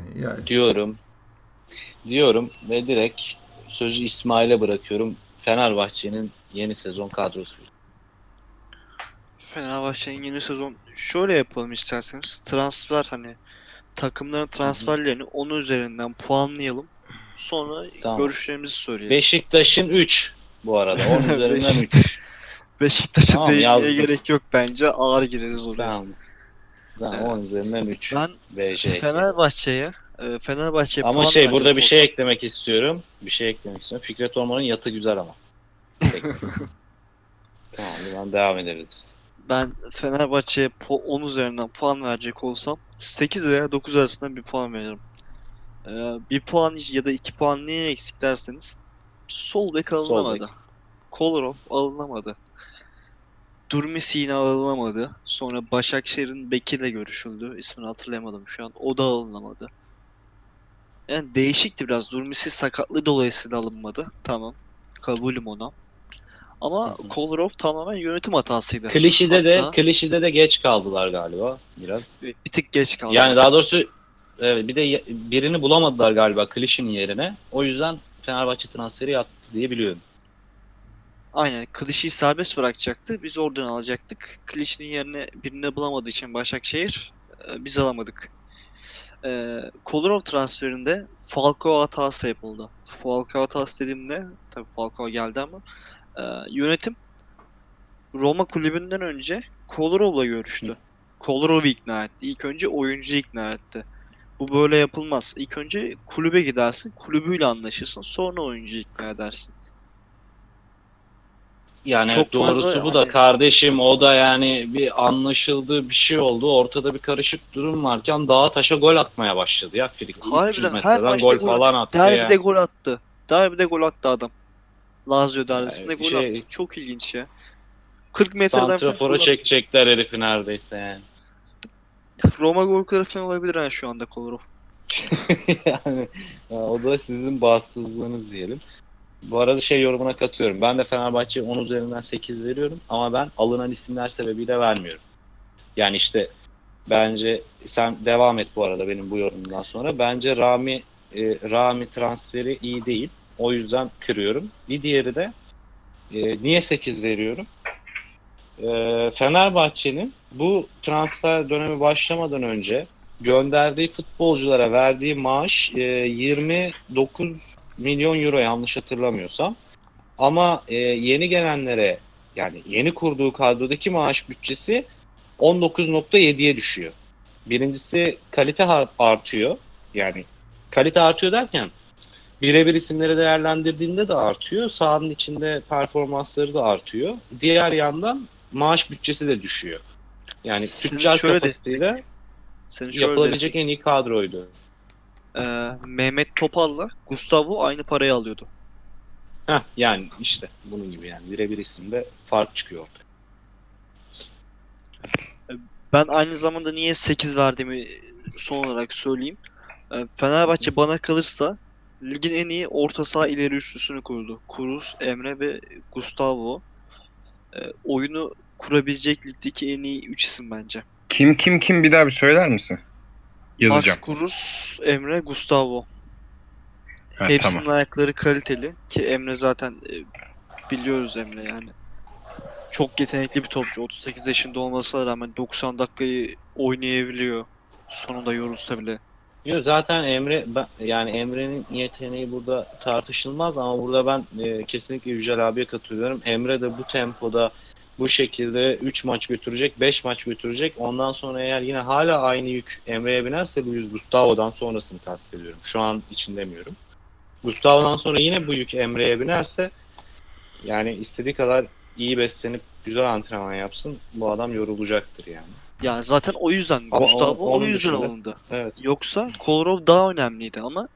Diyorum ve direkt sözü İsmail'e bırakıyorum. Fenerbahçe'nin yeni sezon kadrosu. Fenerbahçe'nin yeni sezon şöyle yapalım isterseniz. Transfer, hani takımların transferlerini onun üzerinden puanlayalım. Sonra Tamam. görüşlerimizi söyleyelim. Beşiktaş'ın 3 bu arada. 10 üzerinden 3. Beşiktaş'a Tamam, değinmeye yazdım. gerek yok bence. Ağır gireriz oraya. Tamam. 10 üzerinden 3. Ben BJ. Fenerbahçe'ye Fenerbahçe Ama puan burada verecek bir şey olsa eklemek istiyorum. Fikret Orman'ın yatı güzel ama. Tamam, buradan devam edebiliriz. ben Fenerbahçe'ye 10 üzerinden puan verecek olsam 8 veya 9 arasında bir puan veririm. Bir puan ya da 2 puan niye eksik derseniz sol bek Sol bek. alınamadı. Kolarov alınamadı. Durmisi yine alınamadı. Sonra Başakşehir'in bekiyle görüşüldü. İsmini hatırlayamadım şu an. O da alınamadı. Yani değişikti biraz. Durmisi sakatlığı dolayısıyla alınmadı. Tamam. Kabulüm ona. Ama Hı hı. Kolarov tamamen yönetim hatasıydı. Klişe'de de geç kaldılar galiba biraz. Bir tık geç kaldı. Yani daha doğrusu evet, bir de birini bulamadılar galiba Klişe'nin yerine. O yüzden Fenerbahçe transferi yaptı diye biliyorum. Aynen. Klişe'yi serbest bırakacaktı. Biz oradan alacaktık. Klişe'nin yerine birini bulamadığı için Başakşehir biz alamadık. Kolarov transferinde Falcao hatası yapıldı. Falcao hatası dediğimde tabii Falcao geldi ama yönetim Roma kulübünden önce Kolarov'la görüştü. Kolarov'u ikna etti. İlk önce oyuncuyu ikna etti. Bu böyle yapılmaz. İlk önce kulübe gidersin, kulübüyle anlaşırsın, sonra oyuncuyu ikna edersin. Yani Çok doğrusu fazla bu da hani kardeşim, o da yani bir anlaşıldığı bir şey oldu. Ortada bir karışık durum varken dağa taşa gol atmaya başladı ya. 300 harbiden her metreden maçta gol gol falan attı derbide ya. gol attı. Derbide gol attı adam. Lazio Yani derbisinde bir gol attı. şey Çok ilginç ya. 40 metreden falan santrafora gol attı. çekecekler herifi neredeyse yani. Roma gol kralı falan olabilir ha şu anda Kolarov. Yani o da sizin bağımsızlığınız diyelim. Bu arada yorumuna katıyorum. Ben de Fenerbahçe'ye 10 üzerinden 8 veriyorum ama ben alınan isimler sebebiyle vermiyorum. Yani işte bence sen devam et bu arada benim bu yorumumdan sonra. Bence Rami transferi iyi değil. O yüzden kırıyorum. Bir diğeri de niye 8 veriyorum? Fenerbahçe'nin bu transfer dönemi başlamadan önce gönderdiği futbolculara verdiği maaş 29 milyon euro yanlış hatırlamıyorsam. Ama yeni gelenlere, yani yeni kurduğu kadrodaki maaş bütçesi 19,7'ye düşüyor. Birincisi kalite artıyor. Yani kalite artıyor derken birebir isimleri değerlendirdiğinde de artıyor. Sahanın içinde performansları da artıyor. Diğer yandan maaş bütçesi de düşüyor. Yani Seni tüccar şöyle kapasiteyle destekleyeyim. Seni şöyle yapılabilecek en destekleyeyim. iyi kadroydu. Mehmet Topal'la Gustavo aynı parayı alıyordu. Yani işte bunun gibi yani birebir isimde fark çıkıyor ortaya. Ben aynı zamanda niye 8 verdiğimi son olarak söyleyeyim. Fenerbahçe bana kalırsa ligin en iyi orta saha ileri üçlüsünü kurdu. Kroos, Emre ve Gustavo. Oyunu kurabilecek ligdeki en iyi 3 isim bence. Kim bir daha bir söyler misin? Yazacağım. Max Kroos, Emre, Gustavo. Ha, Hepsinin tamam. ayakları kaliteli ki Emre zaten biliyoruz Emre yani. Çok yetenekli bir topçu. 38 yaşında olmasına rağmen 90 dakikayı oynayabiliyor. Sonunda yorulsa bile. Yo, zaten yani Emre'nin yeteneği burada tartışılmaz ama burada ben kesinlikle Yücel abiye katılıyorum. Emre de bu tempoda bu şekilde 3 maç götürecek, 5 maç götürecek. Ondan sonra eğer yine hala aynı yük Emre'ye binerse, Luis Gustavo'dan sonrasını kastediyorum. Şu an için demiyorum. Gustavo'dan sonra yine bu yük Emre'ye binerse, yani istediği kadar iyi beslenip güzel antrenman yapsın, bu adam yorulacaktır yani. Ya zaten o yüzden Ama Gustavo o onun yüzden dışında alındı. evet. Yoksa Kolarov daha önemliydi ama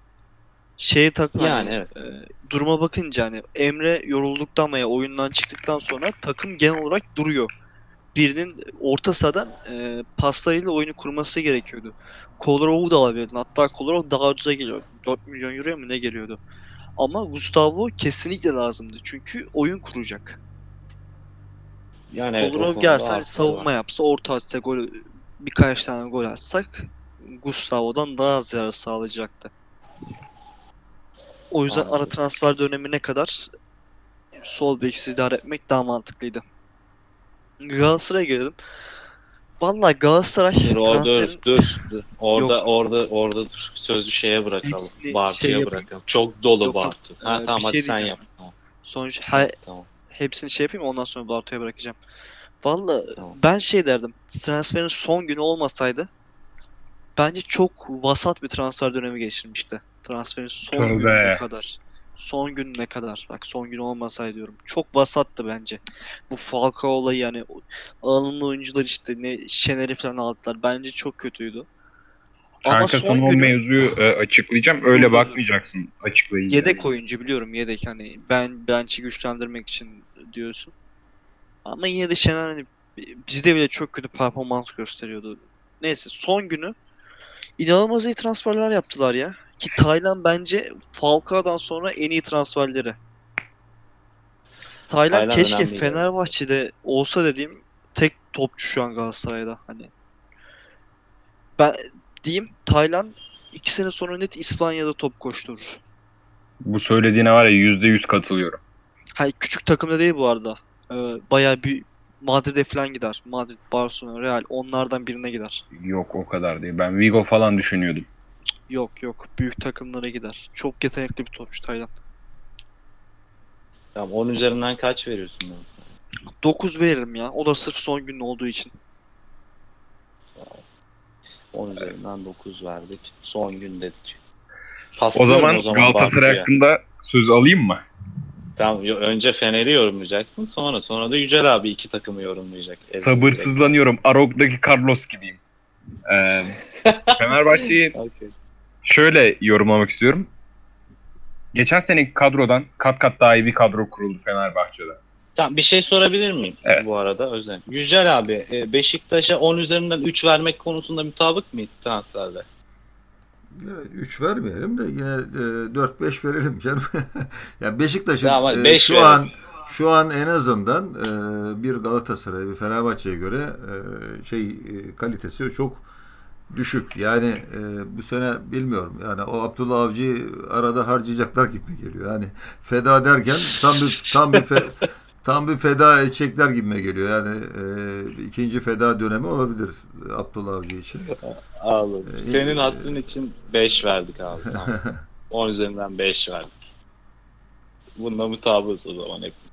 Yani hani evet. duruma bakınca hani Emre yorulduktan veya oyundan çıktıktan sonra takım genel olarak duruyor. Birinin orta sahadan paslarıyla oyunu kurması gerekiyordu. Kolarov'u da alabilirdin. Hatta Kolarov daha ucuza geliyor. 4 milyon euroya mı ne geliyordu? Ama Gustavo kesinlikle lazımdı. Çünkü oyun kuracak. Yani evet, o Kolarov konuda gelse hani artısı var. savunma yapsa, orta atsa, birkaç tane gol atsak Gustavo'dan daha az yarar sağlayacaktı. O yüzden ara Anladım. transfer dönemine kadar sol beki idare etmek daha mantıklıydı. Galatasaray'a gelelim. Vallahi Galatasaray transferin Dur. yok. Orada dur. Sözü şeye bırakalım. Hepsini Bartu'ya yapayım. bırakalım. Çok dolu Yok. Bartu. Bir Tamam, hadi şey sen diyeceğim. yap. Tamam. Sonuç Tamam. hepsini yapayım ondan sonra Bartu'ya bırakacağım. Vallahi Tamam. ben derdim. Transferin son günü olmasaydı bence çok vasat bir transfer dönemi geçirmişti. Transferin son Tövbe. gününe kadar. Son gününe kadar. Bak son gün olmasaydı diyorum. Çok vasattı bence. Bu Falcao olayı yani alımlı oyuncular işte ne Şener'i falan aldılar. Bence çok kötüydü. Ama Kanka sana son o günü mevzuyu açıklayacağım. Öyle Dur, dur, dur. bakmayacaksın açıklayınca. yedek oyuncu biliyorum yedek hani bench'i güçlendirmek için diyorsun. Ama yine de Şener hani bizde bile çok kötü performans gösteriyordu. Neyse son günü inanılmaz iyi transferler yaptılar ya. Ki Taylan bence Falcao'dan sonra en iyi transferleri. Taylan Taylan keşke önemliydi. Fenerbahçe'de olsa dediğim tek topçu şu an Galatasaray'da. Hani ben diyeyim Taylan 2 sene sonra net İspanya'da top koşturur. Bu söylediğine var ya %100 katılıyorum. Hayır küçük takımda değil bu arada. Bayağı bir Madrid'e falan gider. Madrid, Barcelona, Real onlardan birine gider. Yok o kadar değil. Ben Vigo falan düşünüyordum. Yok büyük takımlara gider. Çok yetenekli bir topçu Taylan. Tamam, 10 üzerinden kaç veriyorsun ben sana? 9 veririm ya. O da sırf son gün olduğu için. 10 üzerinden 9 verdik. Son gün dedik. O Paslıyorum zaman Galatasaray Bartu'ya. hakkında söz alayım mı? Tamam, önce Fener'i yorumlayacaksın. Sonra da Yücel abi iki takımı yorumlayacak. Sabırsızlanıyorum. Arok'taki Carlos gibiyim. Fenerbahçe'yi Okay. şöyle yorumlamak istiyorum. Geçen seneki kadrodan kat kat daha iyi bir kadro kuruldu Fenerbahçe'de. Tamam, bir şey sorabilir miyim Evet. bu arada Özen? Yücel abi, Beşiktaş'a 10 üzerinden 3 vermek konusunda mutabık mıyız transferde? 3 vermeyelim de yine 4-5 verelim canım. Ya Beşiktaş'ın Tamam, 5 şu an en azından bir Galatasaray ve Fenerbahçe'ye göre kalitesi çok düşük. Yani bu sene bilmiyorum. Yani o Abdullah Avcı'yı arada harcayacaklar gibi geliyor. Yani feda derken tam bir feda edecekler gibime geliyor. Yani ikinci feda dönemi olabilir Abdullah Avcı için. Anladım. Senin hattın için 5 verdik abi. Tamam. 10 üzerinden 5 verdik. Bununla mutabığız o zaman hep.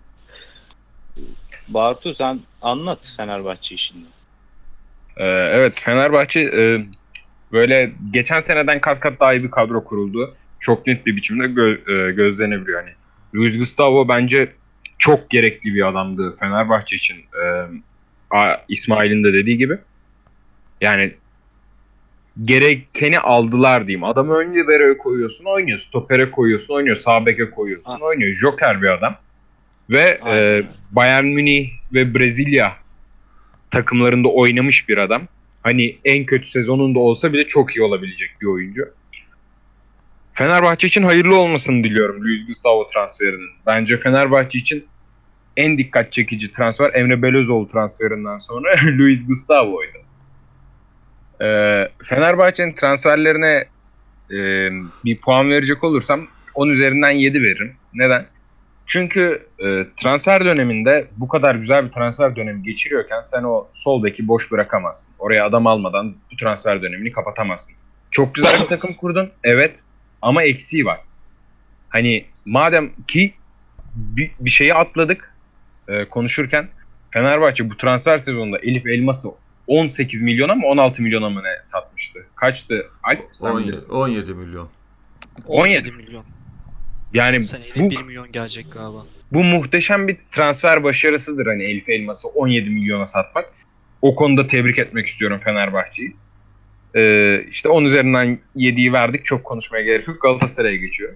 Bartu sen anlat Fenerbahçe işini. Evet Fenerbahçe böyle geçen seneden kat kat daha iyi bir kadro kuruldu. Çok net bir biçimde gözlenebiliyor. Hani Luis Gustavo bence çok gerekli bir adamdı Fenerbahçe için. İsmail'in de dediği gibi. Yani gerekeni aldılar diyeyim. Adamı ön libero'ya koyuyorsun oynuyor. Stopere koyuyorsun oynuyor. Sağ beke koyuyorsun oynuyor. Joker bir adam. Ve Bayern Münih ve Brezilya takımlarında oynamış bir adam. Hani en kötü sezonunda olsa bile çok iyi olabilecek bir oyuncu. Fenerbahçe için hayırlı olmasını diliyorum Luis Gustavo transferinin. Bence Fenerbahçe için en dikkat çekici transfer Emre Belözoğlu transferinden sonra Luis Gustavo'ydu. Fenerbahçe'nin transferlerine bir puan verecek olursam 10 üzerinden 7 veririm. Neden? Çünkü transfer döneminde bu kadar güzel bir transfer dönemi geçiriyorken sen o sol beki boş bırakamazsın. Oraya adam almadan bu transfer dönemini kapatamazsın. Çok güzel bir takım kurdun. Evet. Ama eksiği var. Hani madem ki bir şeyi atladık konuşurken Fenerbahçe bu transfer sezonunda Elif Elmas'ı 18 milyona mı 16 milyona mı ne satmıştı? Kaçtı? Alp, 17 milyon. 17 milyon. Yani Seneye bu 1 milyon gelecek galiba. Bu muhteşem bir transfer başarısıdır hani Elif Elmas'ı 17 milyona satmak. O konuda tebrik etmek istiyorum Fenerbahçe'yi. İşte 10 üzerinden 7'yi verdik. Çok konuşmaya gerek yok. Galatasaray'a geçiyor.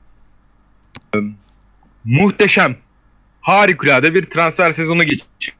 Muhteşem. Harikulade bir transfer sezonu geçiyor.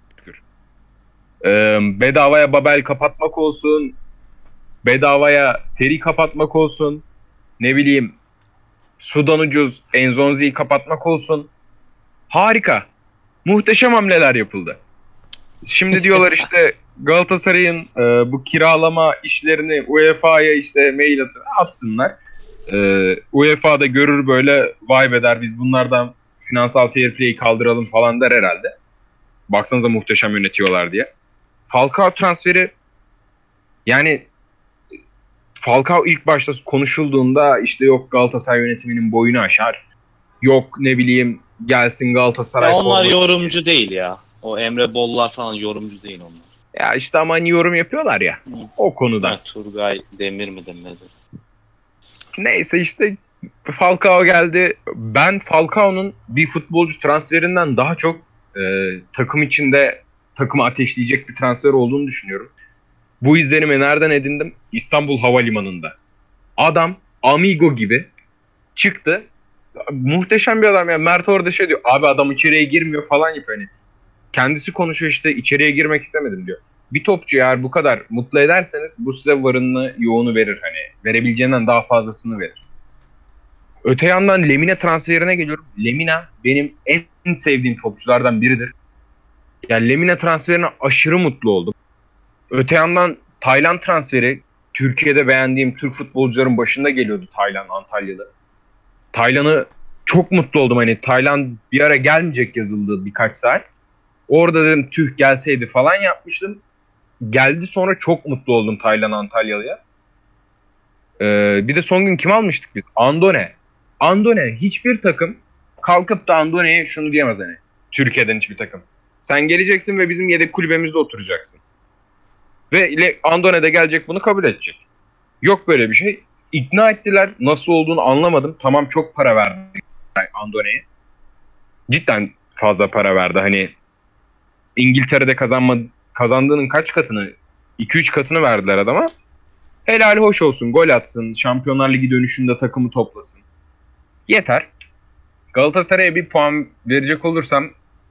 Bedavaya Babel kapatmak olsun. Bedavaya seri kapatmak olsun. Ne bileyim sudan ucuz Enzonzi'yi kapatmak olsun. Harika. Muhteşem hamleler yapıldı. Şimdi diyorlar işte Galatasaray'ın bu kiralama işlerini UEFA'ya işte mail atsınlar. UEFA'da görür böyle vay be der biz bunlardan finansal fair play'i kaldıralım falan der herhalde. Baksanıza muhteşem yönetiyorlar diye. Falcao transferi yani Falcao ilk başta konuşulduğunda işte yok Galatasaray yönetiminin boyunu aşar. Yok ne bileyim gelsin Galatasaray. Ya onlar yorumcu değil ya. O Emre Bollar falan yorumcu değil onlar. Ya işte ama hani yorum yapıyorlar ya o konudan. Ha, Turgay Demir mi demedi? Neyse işte Falcao geldi. Ben Falcao'nun bir futbolcu transferinden daha çok takım içinde takımı ateşleyecek bir transfer olduğunu düşünüyorum. Bu izlenimi nereden edindim? İstanbul Havalimanı'nda. Adam Amigo gibi çıktı. Muhteşem bir adam ya. Mert orada şey diyor. Abi adam içeriye girmiyor falan yapıyor. Hani kendisi konuşuyor işte içeriye girmek istemedim diyor. Bir topçu eğer bu kadar mutlu ederseniz bu size varını yoğunu verir. Hani verebileceğinden daha fazlasını verir. Öte yandan Lemina transferine geliyorum. Lemina benim en sevdiğim topçulardan biridir. Yani Lemina transferine aşırı mutlu oldum. Öte yandan Tayland transferi Türkiye'de beğendiğim Türk futbolcuların başında geliyordu Tayland Antalyalı. Tayland'ı çok mutlu oldum. Hani Tayland bir ara gelmeyecek yazıldı birkaç saat. Orada dedim tüh gelseydi falan yapmıştım. Geldi sonra çok mutlu oldum Tayland Antalyalı'ya. Bir de son gün kim almıştık biz? Andone. Andone hiçbir takım kalkıp da Andone'ye şunu diyemez hani. Türkiye'den hiçbir takım. Sen geleceksin ve bizim yedek kulübemizde oturacaksın. Ve Andone de gelecek bunu kabul edecek. Yok böyle bir şey. İkna ettiler. Nasıl olduğunu anlamadım. Tamam çok para verdi Andone'ye. Cidden fazla para verdi. Hani İngiltere'de kazandığının kaç katını? 2-3 katını verdiler adama. Helal hoş olsun. Gol atsın. Şampiyonlar Ligi dönüşünde takımı toplasın. Yeter. Galatasaray'a bir puan verecek olursam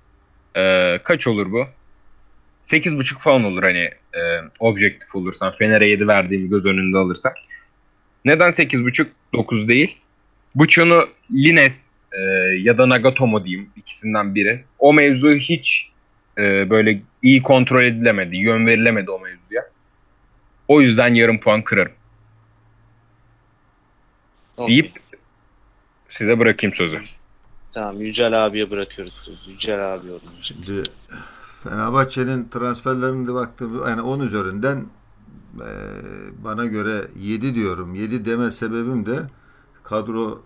kaç olur bu? 8,5 falan olur hani objektif olursam. Fener'e 7 verdiğimi göz önünde alırsam. Neden 8,5 9 değil? Buçuğunu Lines ya da Nagatomo diyeyim. İkisinden biri. O mevzu hiç böyle iyi kontrol edilemedi. Yön verilemedi o mevzuya. O yüzden yarım puan kırarım. Deyip size bırakayım sözü. Tamam, Yücel abiye bırakıyoruz sözü. Yücel abi yorumlayacak. Şimdi Fenerbahçe'nin transferlerine baktım. Yani 10 üzerinden bana göre 7 diyorum. 7 deme sebebim de kadroda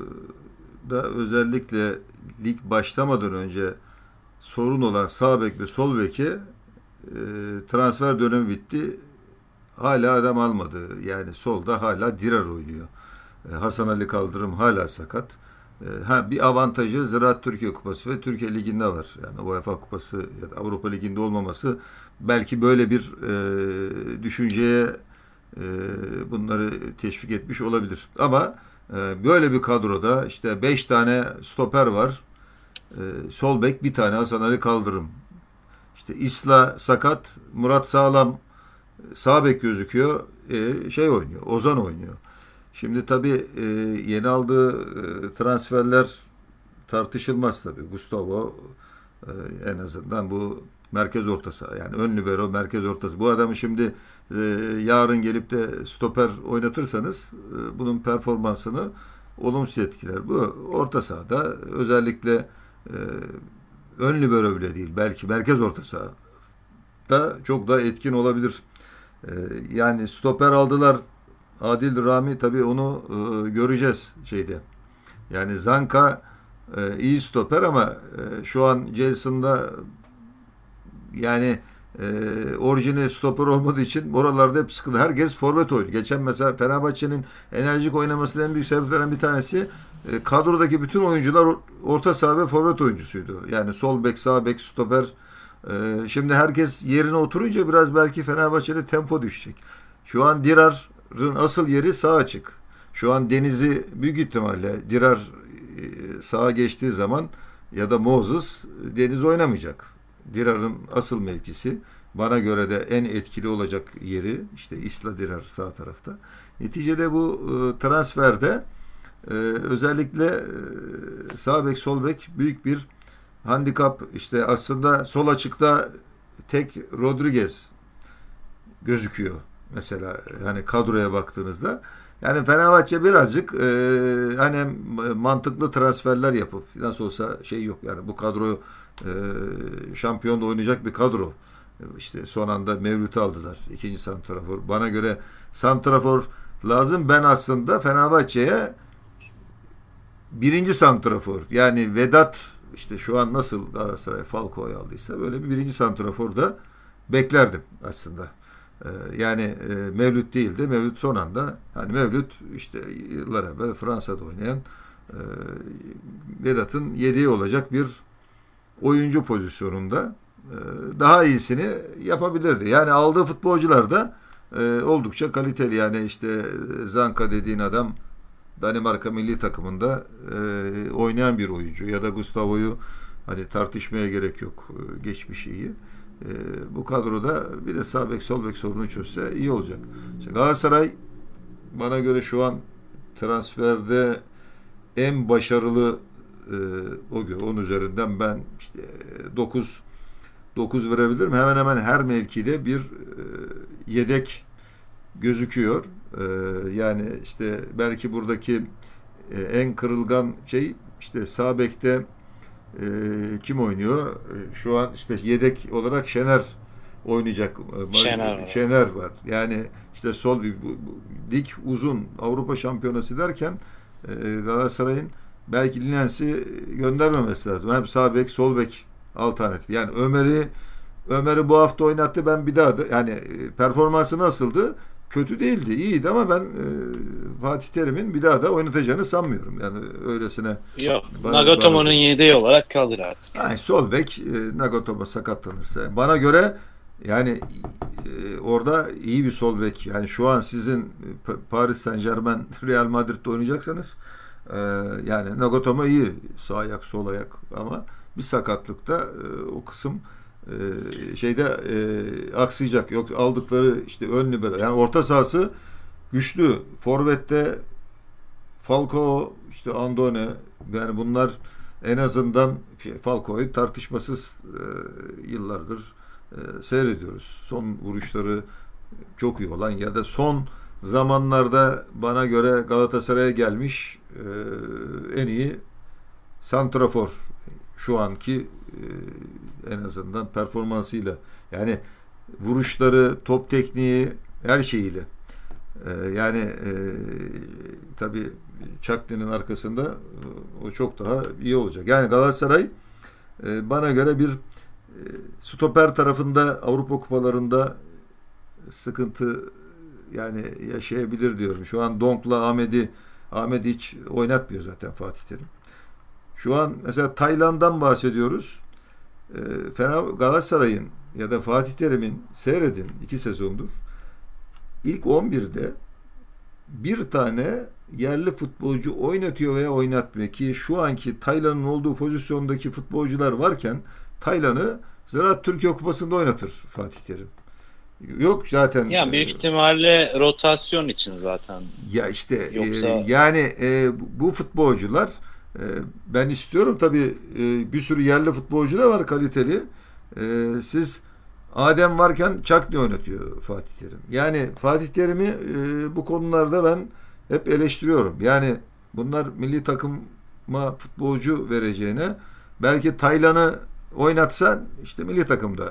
özellikle lig başlamadan önce sorun olan sağ bek ve sol beki transfer dönemi bitti. Hala adam almadı. Yani solda hala Dirar oynuyor. Hasan Ali Kaldırım hala sakat. Bir avantajı Ziraat Türkiye Kupası ve Türkiye Ligi'nde var. Yani UEFA Kupası ya da Avrupa Ligi'nde olmaması belki böyle bir düşünceye bunları teşvik etmiş olabilir. Ama böyle bir kadroda işte 5 tane stoper var. Sol bek bir tane Hasan Ali Kaldırım. İşte İsla sakat, Murat Sağlam sağ bek gözüküyor. Oynuyor, Ozan oynuyor. Şimdi tabii yeni aldığı transferler tartışılmaz tabii. Gustavo en azından bu merkez orta saha. Yani ön libero merkez ortası. Bu adamı şimdi yarın gelip de stoper oynatırsanız bunun performansını olumsuz etkiler. Bu orta sahada özellikle ön libero bile değil. Belki merkez orta saha da çok daha etkin olabilir. Yani stoper aldılar. Adil Rami tabii onu göreceğiz şeyde. Yani Zanka iyi stoper ama şu an Jason'da yani orijinal stoper olmadığı için oralarda hep sıkıntı. Herkes forvet oynuyor. Geçen mesela Fenerbahçe'nin enerjik oynamasının en büyük sebeplerinden bir tanesi kadrodaki bütün oyuncular orta saha ve forvet oyuncusuydu. Yani sol bek, sağ bek, stoper. Şimdi herkes yerine oturunca biraz belki Fenerbahçe'de tempo düşecek. Şu an Dirar'ın asıl yeri sağ açık. Şu an Deniz'i büyük ihtimalle Dirar sağa geçtiği zaman ya da Moses Deniz oynamayacak. Dirar'ın asıl mevkisi bana göre de en etkili olacak yeri işte İsla Dirar sağ tarafta. Neticede bu transferde özellikle sağ bek sol bek büyük bir handikap. İşte aslında sol açıkta tek Rodriguez gözüküyor mesela hani kadroya baktığınızda. Yani Fenerbahçe birazcık hani mantıklı transferler yapıp nasıl olsa şey yok yani bu kadro şampiyonda oynayacak bir kadro. İşte son anda Mevlüt'ü aldılar. İkinci santrafor. Bana göre santrafor lazım. Ben aslında Fenerbahçe'ye birinci santrafor yani Vedat işte şu an nasıl Galatasaray Falcao'yu aldıysa böyle bir birinci santrafor da beklerdim aslında. Yani Mevlüt değildi. Mevlüt son anda, hani Mevlüt işte yıllar evvel Fransa'da oynayan Vedat'ın yedeği olacak bir oyuncu pozisyonunda daha iyisini yapabilirdi. Yani aldığı futbolcular da oldukça kaliteli. Yani işte Zanka dediğin adam Danimarka milli takımında oynayan bir oyuncu, ya da Gustavo'yu hani tartışmaya gerek yok, geçmişi iyi. Bu kadroda bir de sağ bek sol bek sorunu çözse iyi olacak. İşte Galatasaray bana göre şu an transferde en başarılı, onun üzerinden ben işte 9 verebilirim. Hemen hemen her mevkide bir yedek gözüküyor. Yani işte belki buradaki en kırılgan şey, işte sağ bekte kim oynuyor? Şu an işte yedek olarak Şener oynayacak. Şener var. Yani işte sol bir dik uzun Avrupa Şampiyonası derken Galatasaray'ın belki Linans'ı göndermemesi lazım. Hem sağ bek, sol bek alternatif. Yani Ömer'i bu hafta oynattı. Ben bir daha da, yani performansı nasıldı? Kötü değildi. İyiydi ama ben Fatih Terim'in bir daha da oynatacağını sanmıyorum. Yani öylesine. Yok. Nagatomo'nun yedeği olarak kalır artık. Yani sol bek Nagatomo sakatlanırsa. Bana göre yani orada iyi bir sol bek. Yani şu an sizin Paris Saint-Germain, Real Madrid'de oynayacaksanız yani Nagatomo iyi. Sağ ayak, sol ayak, ama bir sakatlıkta o kısım aksayacak. Yok, aldıkları işte ön libero, yani orta sahası güçlü. Forvet'te Falcao, işte Andone, yani bunlar en azından Falcao'yu tartışmasız yıllardır seyrediyoruz. Son vuruşları çok iyi olan ya da son zamanlarda bana göre Galatasaray'a gelmiş en iyi santrafor şu anki en azından performansıyla, yani vuruşları, top tekniği, her şeyiyle. Yani tabii Çaklı'nın arkasında o çok daha iyi olacak. Yani Galatasaray bana göre bir stoper tarafında Avrupa kupalarında sıkıntı yani yaşayabilir diyorum. Şu an Donk'la Ahmet'i hiç oynatmıyor zaten Fatih Terim. Şu an mesela Tayland'dan bahsediyoruz. Galatasaray'ın ya da Fatih Terim'in seyredin 2 sezondur. İlk 11'de bir tane yerli futbolcu oynatıyor veya oynatmıyor ki şu anki Taylan'ın olduğu pozisyondaki futbolcular varken Taylan'ı Ziraat Türkiye Kupası'nda oynatır Fatih Terim. Yok zaten. Ya büyük ihtimalle rotasyon için zaten. Ya işte Yoksa... yani bu futbolcular ben istiyorum tabii, bir sürü yerli futbolcu da var kaliteli. Siz Adem varken Çaklı oynatıyor Fatih Terim. Yani Fatih Terim'i bu konularda ben hep eleştiriyorum. Yani bunlar milli takıma futbolcu vereceğine belki Taylan'ı oynatsan işte milli takımda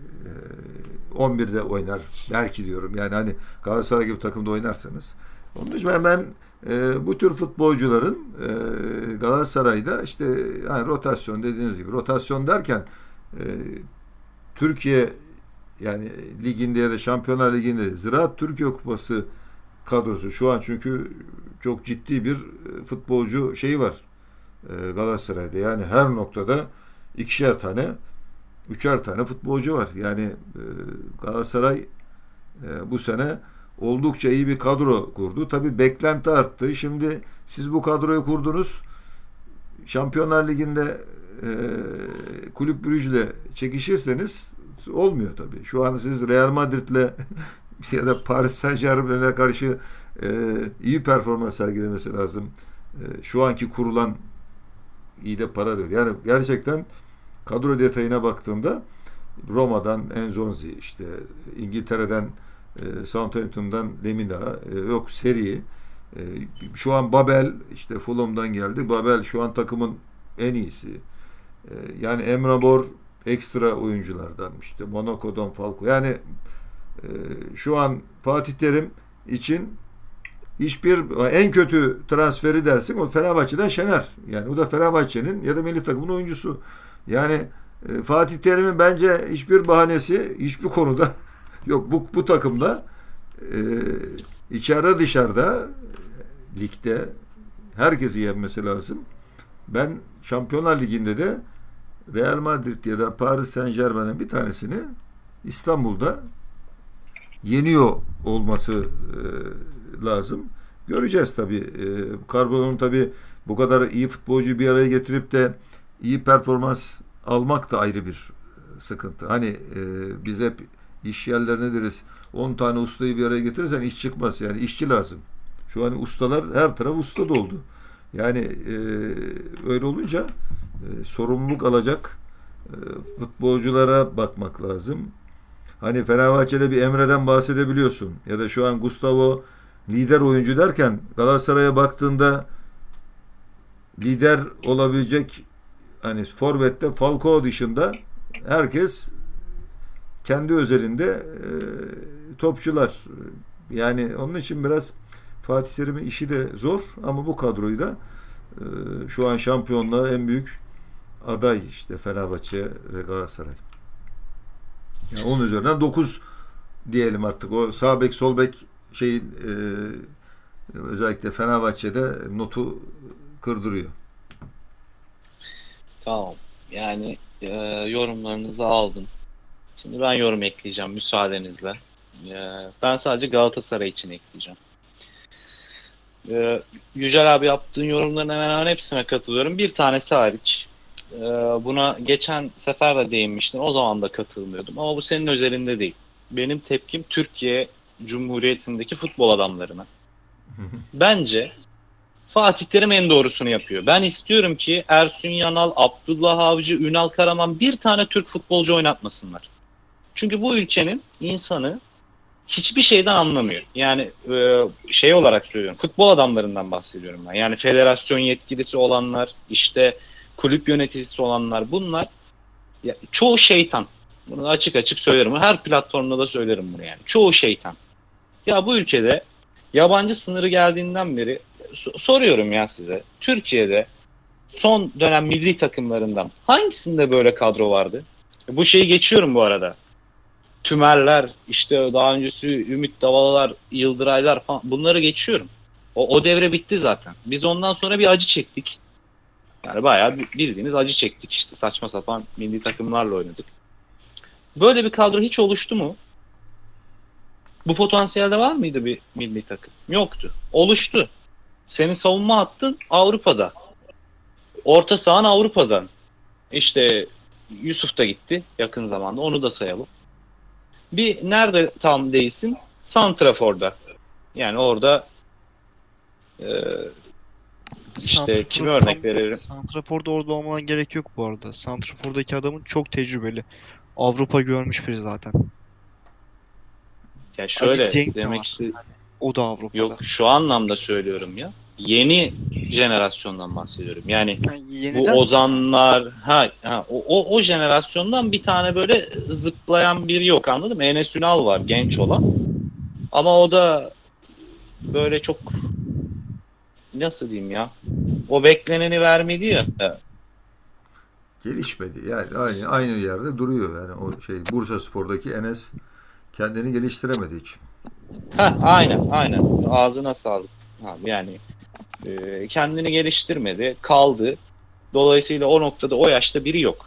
11'de oynar belki diyorum. Yani hani Galatasaray gibi takımda oynarsanız. Onun için ben bu tür futbolcuların Galatasaray'da işte yani rotasyon dediğiniz gibi, rotasyon derken Türkiye yani liginde ya da Şampiyonlar Ligi'nde Ziraat Türkiye Kupası kadrosu şu an, çünkü çok ciddi bir futbolcu şeyi var Galatasaray'da. Yani her noktada 2'şer tane 3'er tane futbolcu var. Yani Galatasaray bu sene oldukça iyi bir kadro kurdu. Tabii beklenti arttı. Şimdi siz bu kadroyu kurdunuz. Şampiyonlar Ligi'nde Kulüp Brugge'le çekişirseniz olmuyor tabii. Şu an siz Real Madrid'le ya da Paris Saint-Germain'e karşı iyi performans sergilemesi lazım. Şu anki kurulan iyi de para diyor. Yani gerçekten kadro detayına baktığımda Roma'dan Enzonzi, işte İngiltere'den Southampton'dan Lemina, yok Seri, şu an Babel işte Fulham'dan geldi. Babel şu an takımın en iyisi. Yani Emre Mor ekstra oyunculardan, işte Monaco'dan Falco. Yani şu an Fatih Terim için en kötü transferi dersin o Fenerbahçe'den Şener. Yani o da Fenerbahçe'nin ya da milli takımın oyuncusu. Yani Fatih Terim'in bence hiçbir bahanesi hiçbir konuda yok. Bu takımda içeride dışarıda ligde herkesi yenmesi lazım. Ben Şampiyonlar Ligi'nde de Real Madrid ya da Paris Saint-Germain'in bir tanesini İstanbul'da yeniyor olması lazım. Göreceğiz tabii. Karbon'un tabii bu kadar iyi futbolcuyu bir araya getirip de iyi performans almak da ayrı bir sıkıntı. Hani biz hep iş yerlerine deriz 10 tane ustayı bir araya getirirsen iş çıkmaz. Yani işçi lazım. Şu an ustalar her taraf usta doldu. Yani öyle olunca sorumluluk alacak futbolculara bakmak lazım. Hani Fenerbahçe'de bir Emre'den bahsedebiliyorsun. Ya da şu an Gustavo lider oyuncu derken Galatasaray'a baktığında lider olabilecek hani forvette Falcao dışında herkes kendi özelinde topçular. Yani onun için biraz Fatih Terim'in işi de zor ama bu kadroyu da şu an şampiyonluğa en büyük aday işte Fenerbahçe ve Galatasaray. Yani onun üzerinden 9 diyelim artık. O sağ bek sol bek şeyin özellikle Fenerbahçe'de notu kırdırıyor. Tamam. Yani yorumlarınızı aldım. Şimdi ben yorum ekleyeceğim müsaadenizle. Ben sadece Galatasaray için ekleyeceğim. Yücel abi yaptığın yorumların hemen hemen hepsine katılıyorum. Bir tanesi hariç. Buna geçen sefer de değinmiştim. O zaman da katılmıyordum. Ama bu senin özelinde değil. Benim tepkim Türkiye Cumhuriyeti'ndeki futbol adamlarına. Bence Fatih Terim en doğrusunu yapıyor. Ben istiyorum ki Ersun Yanal, Abdullah Avcı, Ünal Karaman bir tane Türk futbolcu oynatmasınlar. Çünkü bu ülkenin insanı hiçbir şeyden anlamıyor. Yani şey olarak söylüyorum. Futbol adamlarından bahsediyorum ben. Yani federasyon yetkilisi olanlar, işte kulüp yöneticisi olanlar, bunlar ya, çoğu şeytan. Bunu açık açık söylerim. Her platformda da söylerim bunu yani. Çoğu şeytan. Ya bu ülkede yabancı sınırı geldiğinden beri soruyorum ya size. Türkiye'de son dönem milli takımlarından hangisinde böyle kadro vardı? Bu şeyi geçiyorum bu arada. Tümerler, işte daha öncesi Ümit Davalılar, Yıldıraylar falan, bunları geçiyorum. O devre bitti zaten. Biz ondan sonra bir acı çektik. Yani bayağı bildiğiniz acı çektik işte. Saçma sapan milli takımlarla oynadık. Böyle bir kadro hiç oluştu mu? Bu potansiyelde var mıydı bir milli takım? Yoktu. Oluştu. Senin savunma hattın Avrupa'da. Orta sahan Avrupa'dan. İşte Yusuf da gitti yakın zamanda. Onu da sayalım. Bir nerede tam değilsin? Santrafor'da. Yani orada işte kime örnek veririm? Santrafor'da orada olman gerek yok bu arada. Santrafor'daki adamın çok tecrübeli. Avrupa görmüş biri zaten. Ya şöyle Ali Cenk de demek var. işte O da Avrupa'da. yok şu anlamda söylüyorum ya. Yeni jenerasyondan bahsediyorum. Yani Yani bu yeniden Ozanlar o jenerasyondan bir tane böyle zıplayan biri yok, anladın mı? Enes Ünal var genç olan. Ama o da böyle çok, nasıl diyeyim ya? O bekleneni vermedi ya. Gelişmedi. Yani aynı yerde duruyor. Yani o şey Bursaspor'daki Enes kendini geliştiremedi hiç. Aynen. Ağzına sağlık. Abi yani kendini geliştirmedi, kaldı. Dolayısıyla o noktada o yaşta biri yok.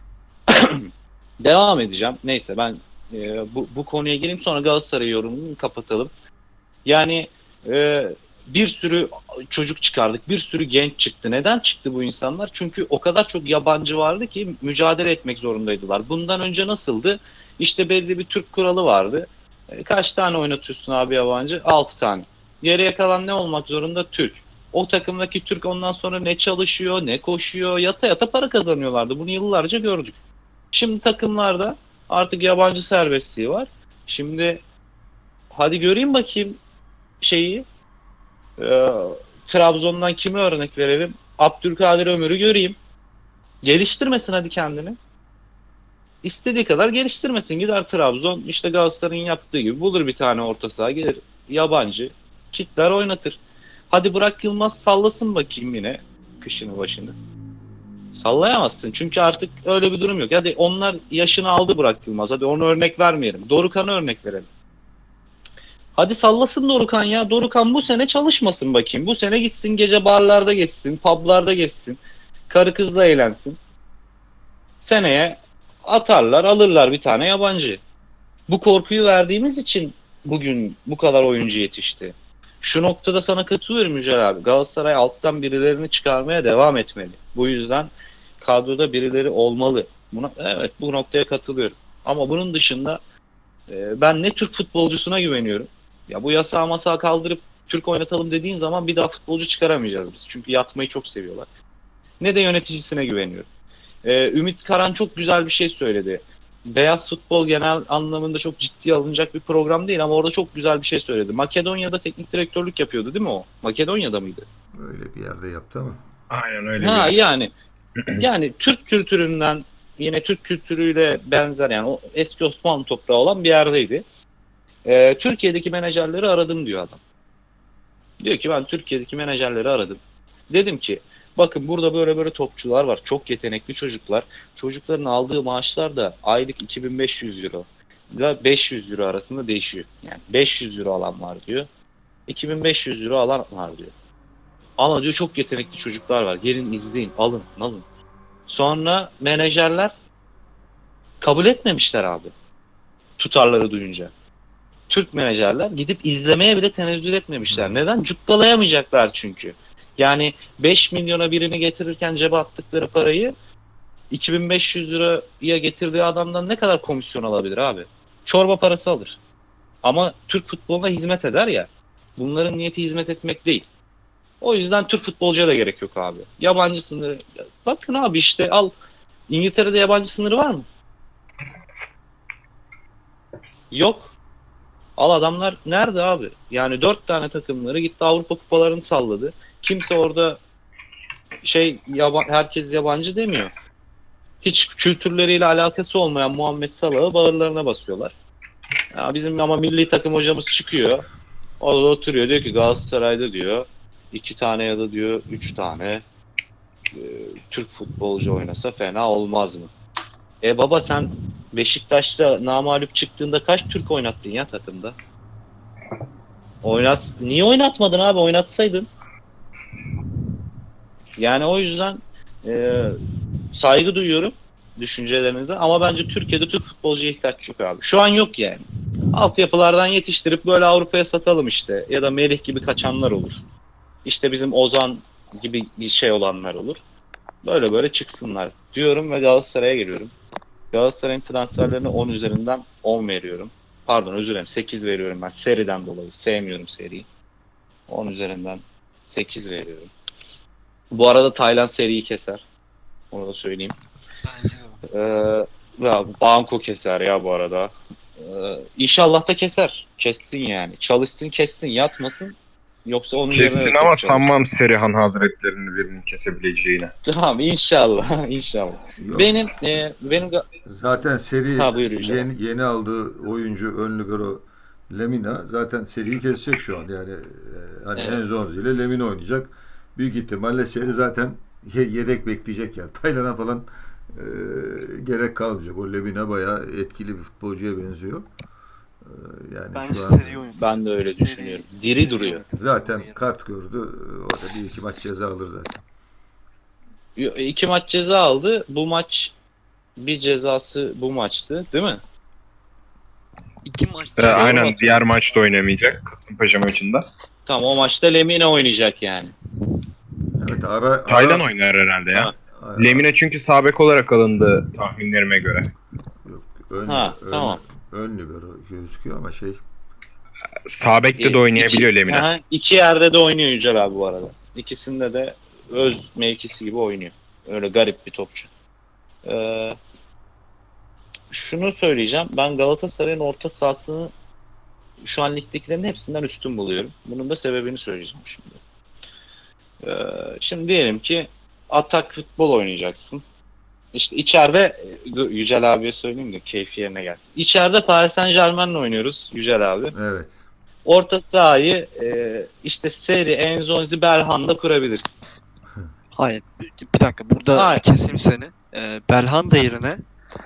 Devam edeceğim. Neyse ben bu konuya geleyim, sonra Galatasaray yorumunu kapatalım. Yani bir sürü çocuk çıkardık, bir sürü genç çıktı. Neden çıktı bu insanlar? Çünkü o kadar çok yabancı vardı ki mücadele etmek zorundaydılar. Bundan önce nasıldı? İşte belli bir Türk kuralı vardı. Kaç tane oynatıyorsun abi yabancı? 6 tane. Geriye kalan ne olmak zorunda? Türk. O takımdaki Türk ondan sonra ne çalışıyor, ne koşuyor, yata yata para kazanıyorlardı. Bunu yıllarca gördük. Şimdi takımlarda artık yabancı serbestliği var. Şimdi hadi göreyim bakayım şeyi. Trabzon'dan kimi örnek verelim? Abdülkadir Ömür'ü göreyim. Geliştirmesin hadi kendini. İstediği kadar geliştirmesin. Gider Trabzon işte Galatasaray'ın yaptığı gibi bulur bir tane orta saha, gelir yabancı kitler oynatır. Hadi Burak Yılmaz sallasın bakayım yine kışını başını. Sallayamazsın. Çünkü artık öyle bir durum yok. Hadi onlar yaşını aldı Burak Yılmaz. Hadi onu örnek vermeyelim. Dorukhan'ı örnek verelim. Hadi sallasın Dorukhan ya. Dorukhan bu sene çalışmasın bakayım. Bu sene gitsin gece barlarda geçsin, publarda geçsin. Karı kızla eğlensin. Seneye atarlar, alırlar bir tane yabancı. Bu korkuyu verdiğimiz için bugün bu kadar oyuncu yetişti. Şu noktada sana katılıyorum Yücel abi. Galatasaray alttan birilerini çıkarmaya devam etmeli. Bu yüzden kadroda birileri olmalı. Evet, bu noktaya katılıyorum. Ama bunun dışında ben ne Türk futbolcusuna güveniyorum. Ya bu yasağı masağı kaldırıp Türk oynatalım dediğin zaman bir daha futbolcu çıkaramayacağız biz. Çünkü yatmayı çok seviyorlar. Ne de yöneticisine güveniyorum. Ümit Karan çok güzel bir şey söyledi. Beyaz futbol genel anlamında çok ciddiye alınacak bir program değil ama orada çok güzel bir şey söyledi. Makedonya'da teknik direktörlük yapıyordu değil mi o? Makedonya'da mıydı? Öyle bir yerde yaptı ama. Aynen öyle. Ha yani Türk kültüründen yine Türk kültürüyle benzer yani o eski Osmanlı toprağı olan bir yerdeydi. Türkiye'deki menajerleri aradım diyor adam. Diyor ki ben Türkiye'deki menajerleri aradım. Dedim ki bakın burada böyle böyle topçular var. Çok yetenekli çocuklar. Çocukların aldığı maaşlar da aylık 2500 euro ile 500 euro arasında değişiyor. Yani 500 euro alan var diyor. 2500 euro alan var diyor. Ama diyor çok yetenekli çocuklar var. Gelin izleyin, alın. Sonra menajerler kabul etmemişler abi. Tutarları duyunca. Türk menajerler gidip izlemeye bile tenezzül etmemişler. Neden? Cukkalayamayacaklar çünkü. Yani 5 milyona birini getirirken cebe attıkları parayı 2500 liraya getirdiği adamdan ne kadar komisyon alabilir abi? Çorba parası alır. Ama Türk futboluna hizmet eder ya. Bunların niyeti hizmet etmek değil. O yüzden Türk futbolcuya da gerek yok abi. Yabancı sınırı. Bakın abi işte al. İngiltere'de yabancı sınırı var mı? Yok. Al adamlar nerede abi? Yani 4 tane takımları gitti Avrupa kupalarını salladı. Kimse orada herkes yabancı demiyor. Hiç kültürleriyle alakası olmayan Muhammed Salah'ı bağırlarına basıyorlar. Ya bizim ama milli takım hocamız çıkıyor. O da oturuyor diyor ki Galatasaray'da diyor 2 tane ya da diyor 3 tane Türk futbolcu oynasa fena olmaz mı? Baba sen Beşiktaş'ta namağlup çıktığında kaç Türk oynattın ya takımda? Niye oynatmadın abi? Oynatsaydın. Yani o yüzden saygı duyuyorum düşüncelerinize ama bence Türkiye'de Türk futbolcuya ihtiyaç yok abi. Şu an yok yani. Altyapılardan yetiştirip böyle Avrupa'ya satalım işte. Ya da Melih gibi kaçanlar olur. İşte bizim Ozan gibi bir şey olanlar olur. Böyle böyle çıksınlar diyorum ve Galatasaray'a geliyorum. Galatasaray'ın transferlerine 10 üzerinden 10 veriyorum. Pardon özür dilerim 8 veriyorum ben seriden dolayı. Sevmiyorum seriyi. 10 üzerinden 8 veriyorum. Bu arada Tayland seriyi keser. Onu da söyleyeyim. Banko keser ya bu arada. İnşallah da keser. Kessin yani. Çalışsın kessin yatmasın. Yoksa onun Kessin yerine ama sanmam Serihan Hazretlerinin birinin kesebileceğini. Tamam inşallah. İnşallah. Yok. Benim Zaten seri buyur Yücel. yeni aldığı oyuncu ön libero Lemina zaten seriyi kesecek şu an. Yani hani Evet. Enzonzi ile Lemina oynayacak. Büyük ihtimalle seri zaten yedek bekleyecek yani. Taylan'a falan gerek kalmayacak. O Lemina bayağı etkili bir futbolcuya benziyor. Yani Bence şu an seri oyun. Ben de öyle düşünüyorum. Diri duruyor. zaten kart gördü. O da bir iki maç ceza alır zaten. 2 maç ceza aldı. Bu maç bir cezası bu maçtı, değil mi? 2 maç. Aynen diğer maçta oynamayacak. Kasımpaşa maçında. Tamam o maçta Lemina oynayacak yani. Evet Taylan oynar herhalde ya. Lemina çünkü sağ bek olarak alındı tahminlerime göre. Yok, Tamam. ön libero gözüküyor ama Sağ bekte de oynayabiliyor Lemina. 2 yerde de oynuyor Yücel abi bu arada. İkisinde de öz mevkisi gibi oynuyor. Öyle garip bir topçu. Şunu söyleyeceğim. Ben Galatasaray'ın orta sahasını şu an ligdekilerin hepsinden üstün buluyorum. Bunun da sebebini söyleyeceğim şimdi. Şimdi diyelim ki atak futbol oynayacaksın. İşte içeride Yücel abiye söyleyeyim de keyfi yerine gelsin. İçeride Paris Saint-Germain'le oynuyoruz Yücel abi. evet. Orta sahayı işte Seri, Enzonzi, Belhanda kurabilirsin. Hayır. Bir dakika. Burada Hayır. keseyim seni. Belhanda yerine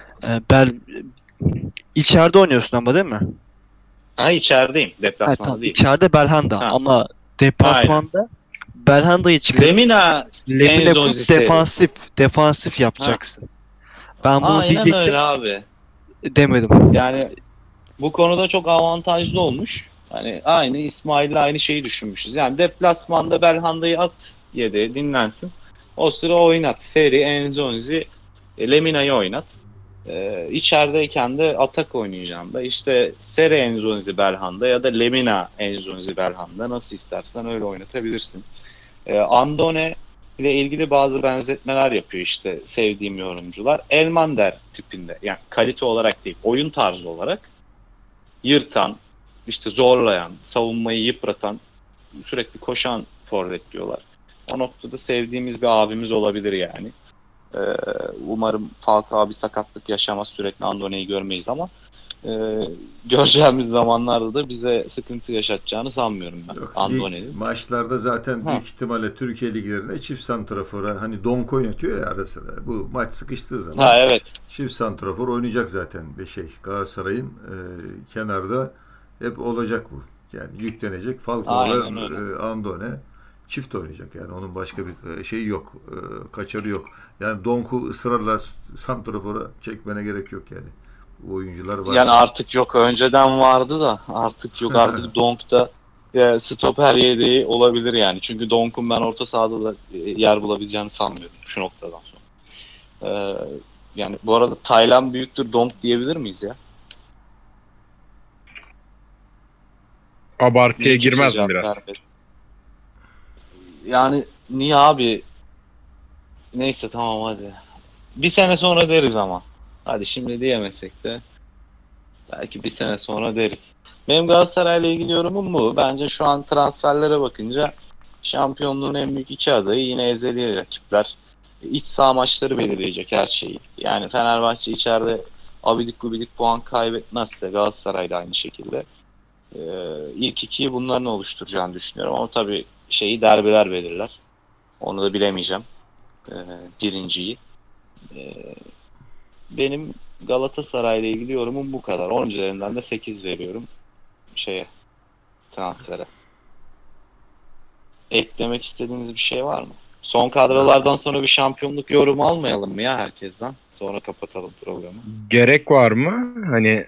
içeride oynuyorsun ama değil mi? Ha, içerideyim. Ha, Deplasmanda tamam. değil. İçeride Belhanda Ha. ama deplasmanda Belhanda'yı çıkarıp Lemina Lemine Enzonzi defansif yapacaksın. Ben bunu Aynen diyecektim, öyle abi. demedim. Yani bu konuda çok avantajlı olmuş. Hani aynı İsmail'le aynı şeyi düşünmüşüz. Yani deplasmanda Belhanda'yı at yedi, dinlensin. O sıra oynat. Seri, Enzonzi, Lemina'yı oynat. İçerideyken de atak oynayacağım da işte Seri Enzonzi Belhanda ya da Lemina Enzonzi Belhanda, nasıl istersen öyle oynatabilirsin. Andone ile ilgili bazı benzetmeler yapıyor işte sevdiğim yorumcular. Elmander tipinde, yani kalite olarak değil, oyun tarzı olarak yırtan, işte zorlayan, savunmayı yıpratan, sürekli koşan forvet diyorlar. O noktada sevdiğimiz bir abimiz olabilir yani. Umarım Falcao abi sakatlık yaşamaz, sürekli Andone'yi görmeyiz ama göreceğimiz zamanlarda da bize sıkıntı yaşatacağını sanmıyorum ben Andone'nin. Maçlarda zaten büyük ihtimalle Türkiye liglerinde çift santrafora hani donk oynatıyor ya ara sıra. Bu maç sıkıştığı zaman Evet. çift santrafor oynayacak zaten Galatasaray'ın kenarda hep olacak bu. Yani yüklenecek Falcao ve Andone çift oynayacak. Yani onun başka bir şeyi yok. Kaçarı yok. Yani Donk'u ısrarla santrafora çekmene gerek yok yani. Bu oyuncular var. Yani artık yok. Önceden vardı da artık yok. Artık Donk'ta stoper yedeği olabilir yani. Çünkü Donk'un ben orta sahada da yer bulabileceğini sanmıyorum şu noktadan sonra. Yani bu arada Taylan büyüktür Donk diyebilir miyiz ya? Abartıya girmez mi biraz? Yani niye abi? Neyse tamam hadi. Bir sene sonra deriz ama. Hadi şimdi diyemesek de belki bir sene sonra deriz. Benim Galatasaray'la ilgili yorumum bu. Bence şu an transferlere bakınca şampiyonluğun en büyük iki adayı yine ezeli rakipler. İç saha maçları belirleyecek her şeyi. Yani Fenerbahçe içeride abidik gubidik puan kaybetmezse Galatasaray da aynı şekilde. İlk ikiyi bunların oluşturacağını düşünüyorum. Ama tabii derbiler belirler. Onu da bilemeyeceğim. Birinciyi. Benim Galatasaray'la ilgili yorumum bu kadar. 10 üzerinden de 8 veriyorum transfere. Eklemek istediğiniz bir şey var mı? Son kadrolardan sonra bir şampiyonluk yorumu almayalım mı ya herkesten? Sonra kapatalım programı. Gerek var mı? Hani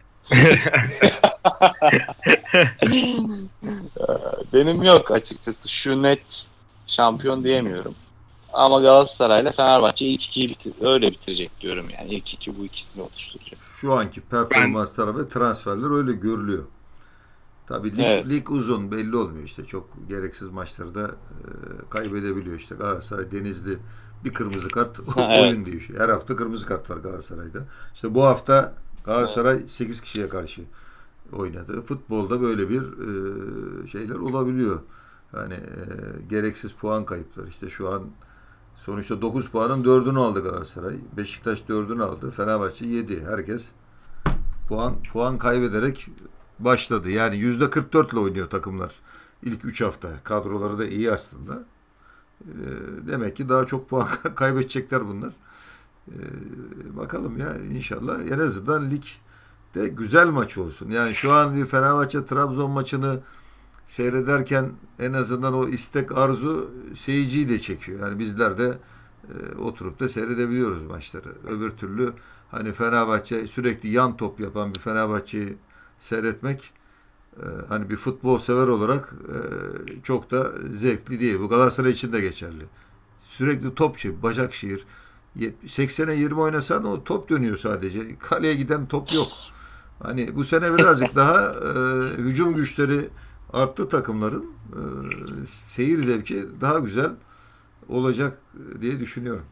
benim yok açıkçası. Şu net şampiyon diyemiyorum. Ama Galatasaray'la Fenerbahçe ilk ikiyi öyle bitirecek diyorum yani. İlk iki bu ikisini oluşturacak. Şu anki performanslar ve transferler öyle görülüyor. Tabii lig uzun, belli olmuyor işte. Çok gereksiz maçları da kaybedebiliyor işte. Galatasaray, Denizli bir kırmızı kart oyun değişiyor. Her hafta kırmızı kart var Galatasaray'da. İşte bu hafta Galatasaray 8 kişiye karşı oynadı. Futbolda böyle bir şeyler olabiliyor. Yani gereksiz puan kayıpları. İşte şu an sonuçta 9 puanın 4'ünü aldı Galatasaray. Beşiktaş 4'ünü aldı. Fenerbahçe 7. Herkes puan kaybederek başladı. Yani %44 ile oynuyor takımlar. İlk 3 hafta. Kadroları da iyi aslında. Demek ki daha çok puan kaybedecekler bunlar. Bakalım ya inşallah. En azından ligde güzel maç olsun. Yani şu an bir Fenerbahçe-Trabzon maçını seyrederken en azından o istek, arzu seyirciyi de çekiyor. Yani bizler de oturup da seyredebiliyoruz maçları. Öbür türlü hani Fenerbahçe sürekli yan top yapan bir Fenerbahçe'yi seyretmek hani bir futbol sever olarak çok da zevkli değil. Bu Galatasaray için de geçerli. Sürekli topçu, Başakşehir 80'e 20 oynasan o top dönüyor sadece. Kaleye giden top yok. Hani bu sene birazcık daha hücum güçleri arttı takımların. Seyir zevki daha güzel olacak diye düşünüyorum.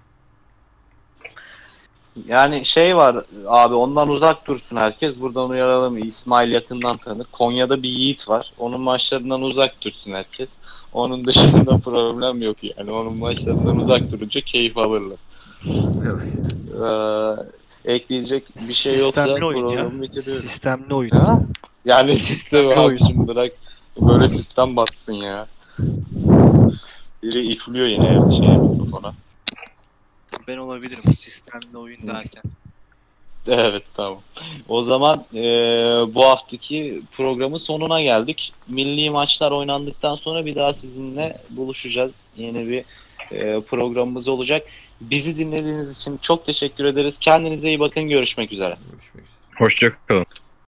Yani var abi, ondan uzak dursun herkes. Buradan uyaralım. İsmail yakından tanır. Konya'da bir Yiğit var. Onun maçlarından uzak dursun herkes. Onun dışında problem yok yani. Onun maçlarından uzak durunca keyif alırlar. Ekleyecek bir şey yoksa programı bitiriyoruz. Sistemli oyun. Ha? Yani sistemi abicim bırak. Böyle sistem batsın ya. Biri ifliyor yine mikrofona. Ben olabilirim sistemli oyun derken. Evet, tamam. O zaman bu haftaki programın sonuna geldik. Milli maçlar oynandıktan sonra bir daha sizinle buluşacağız. Yeni bir programımız olacak. Bizi dinlediğiniz için çok teşekkür ederiz. Kendinize iyi bakın. Görüşmek üzere. Görüşmek üzere. Hoşça kalın.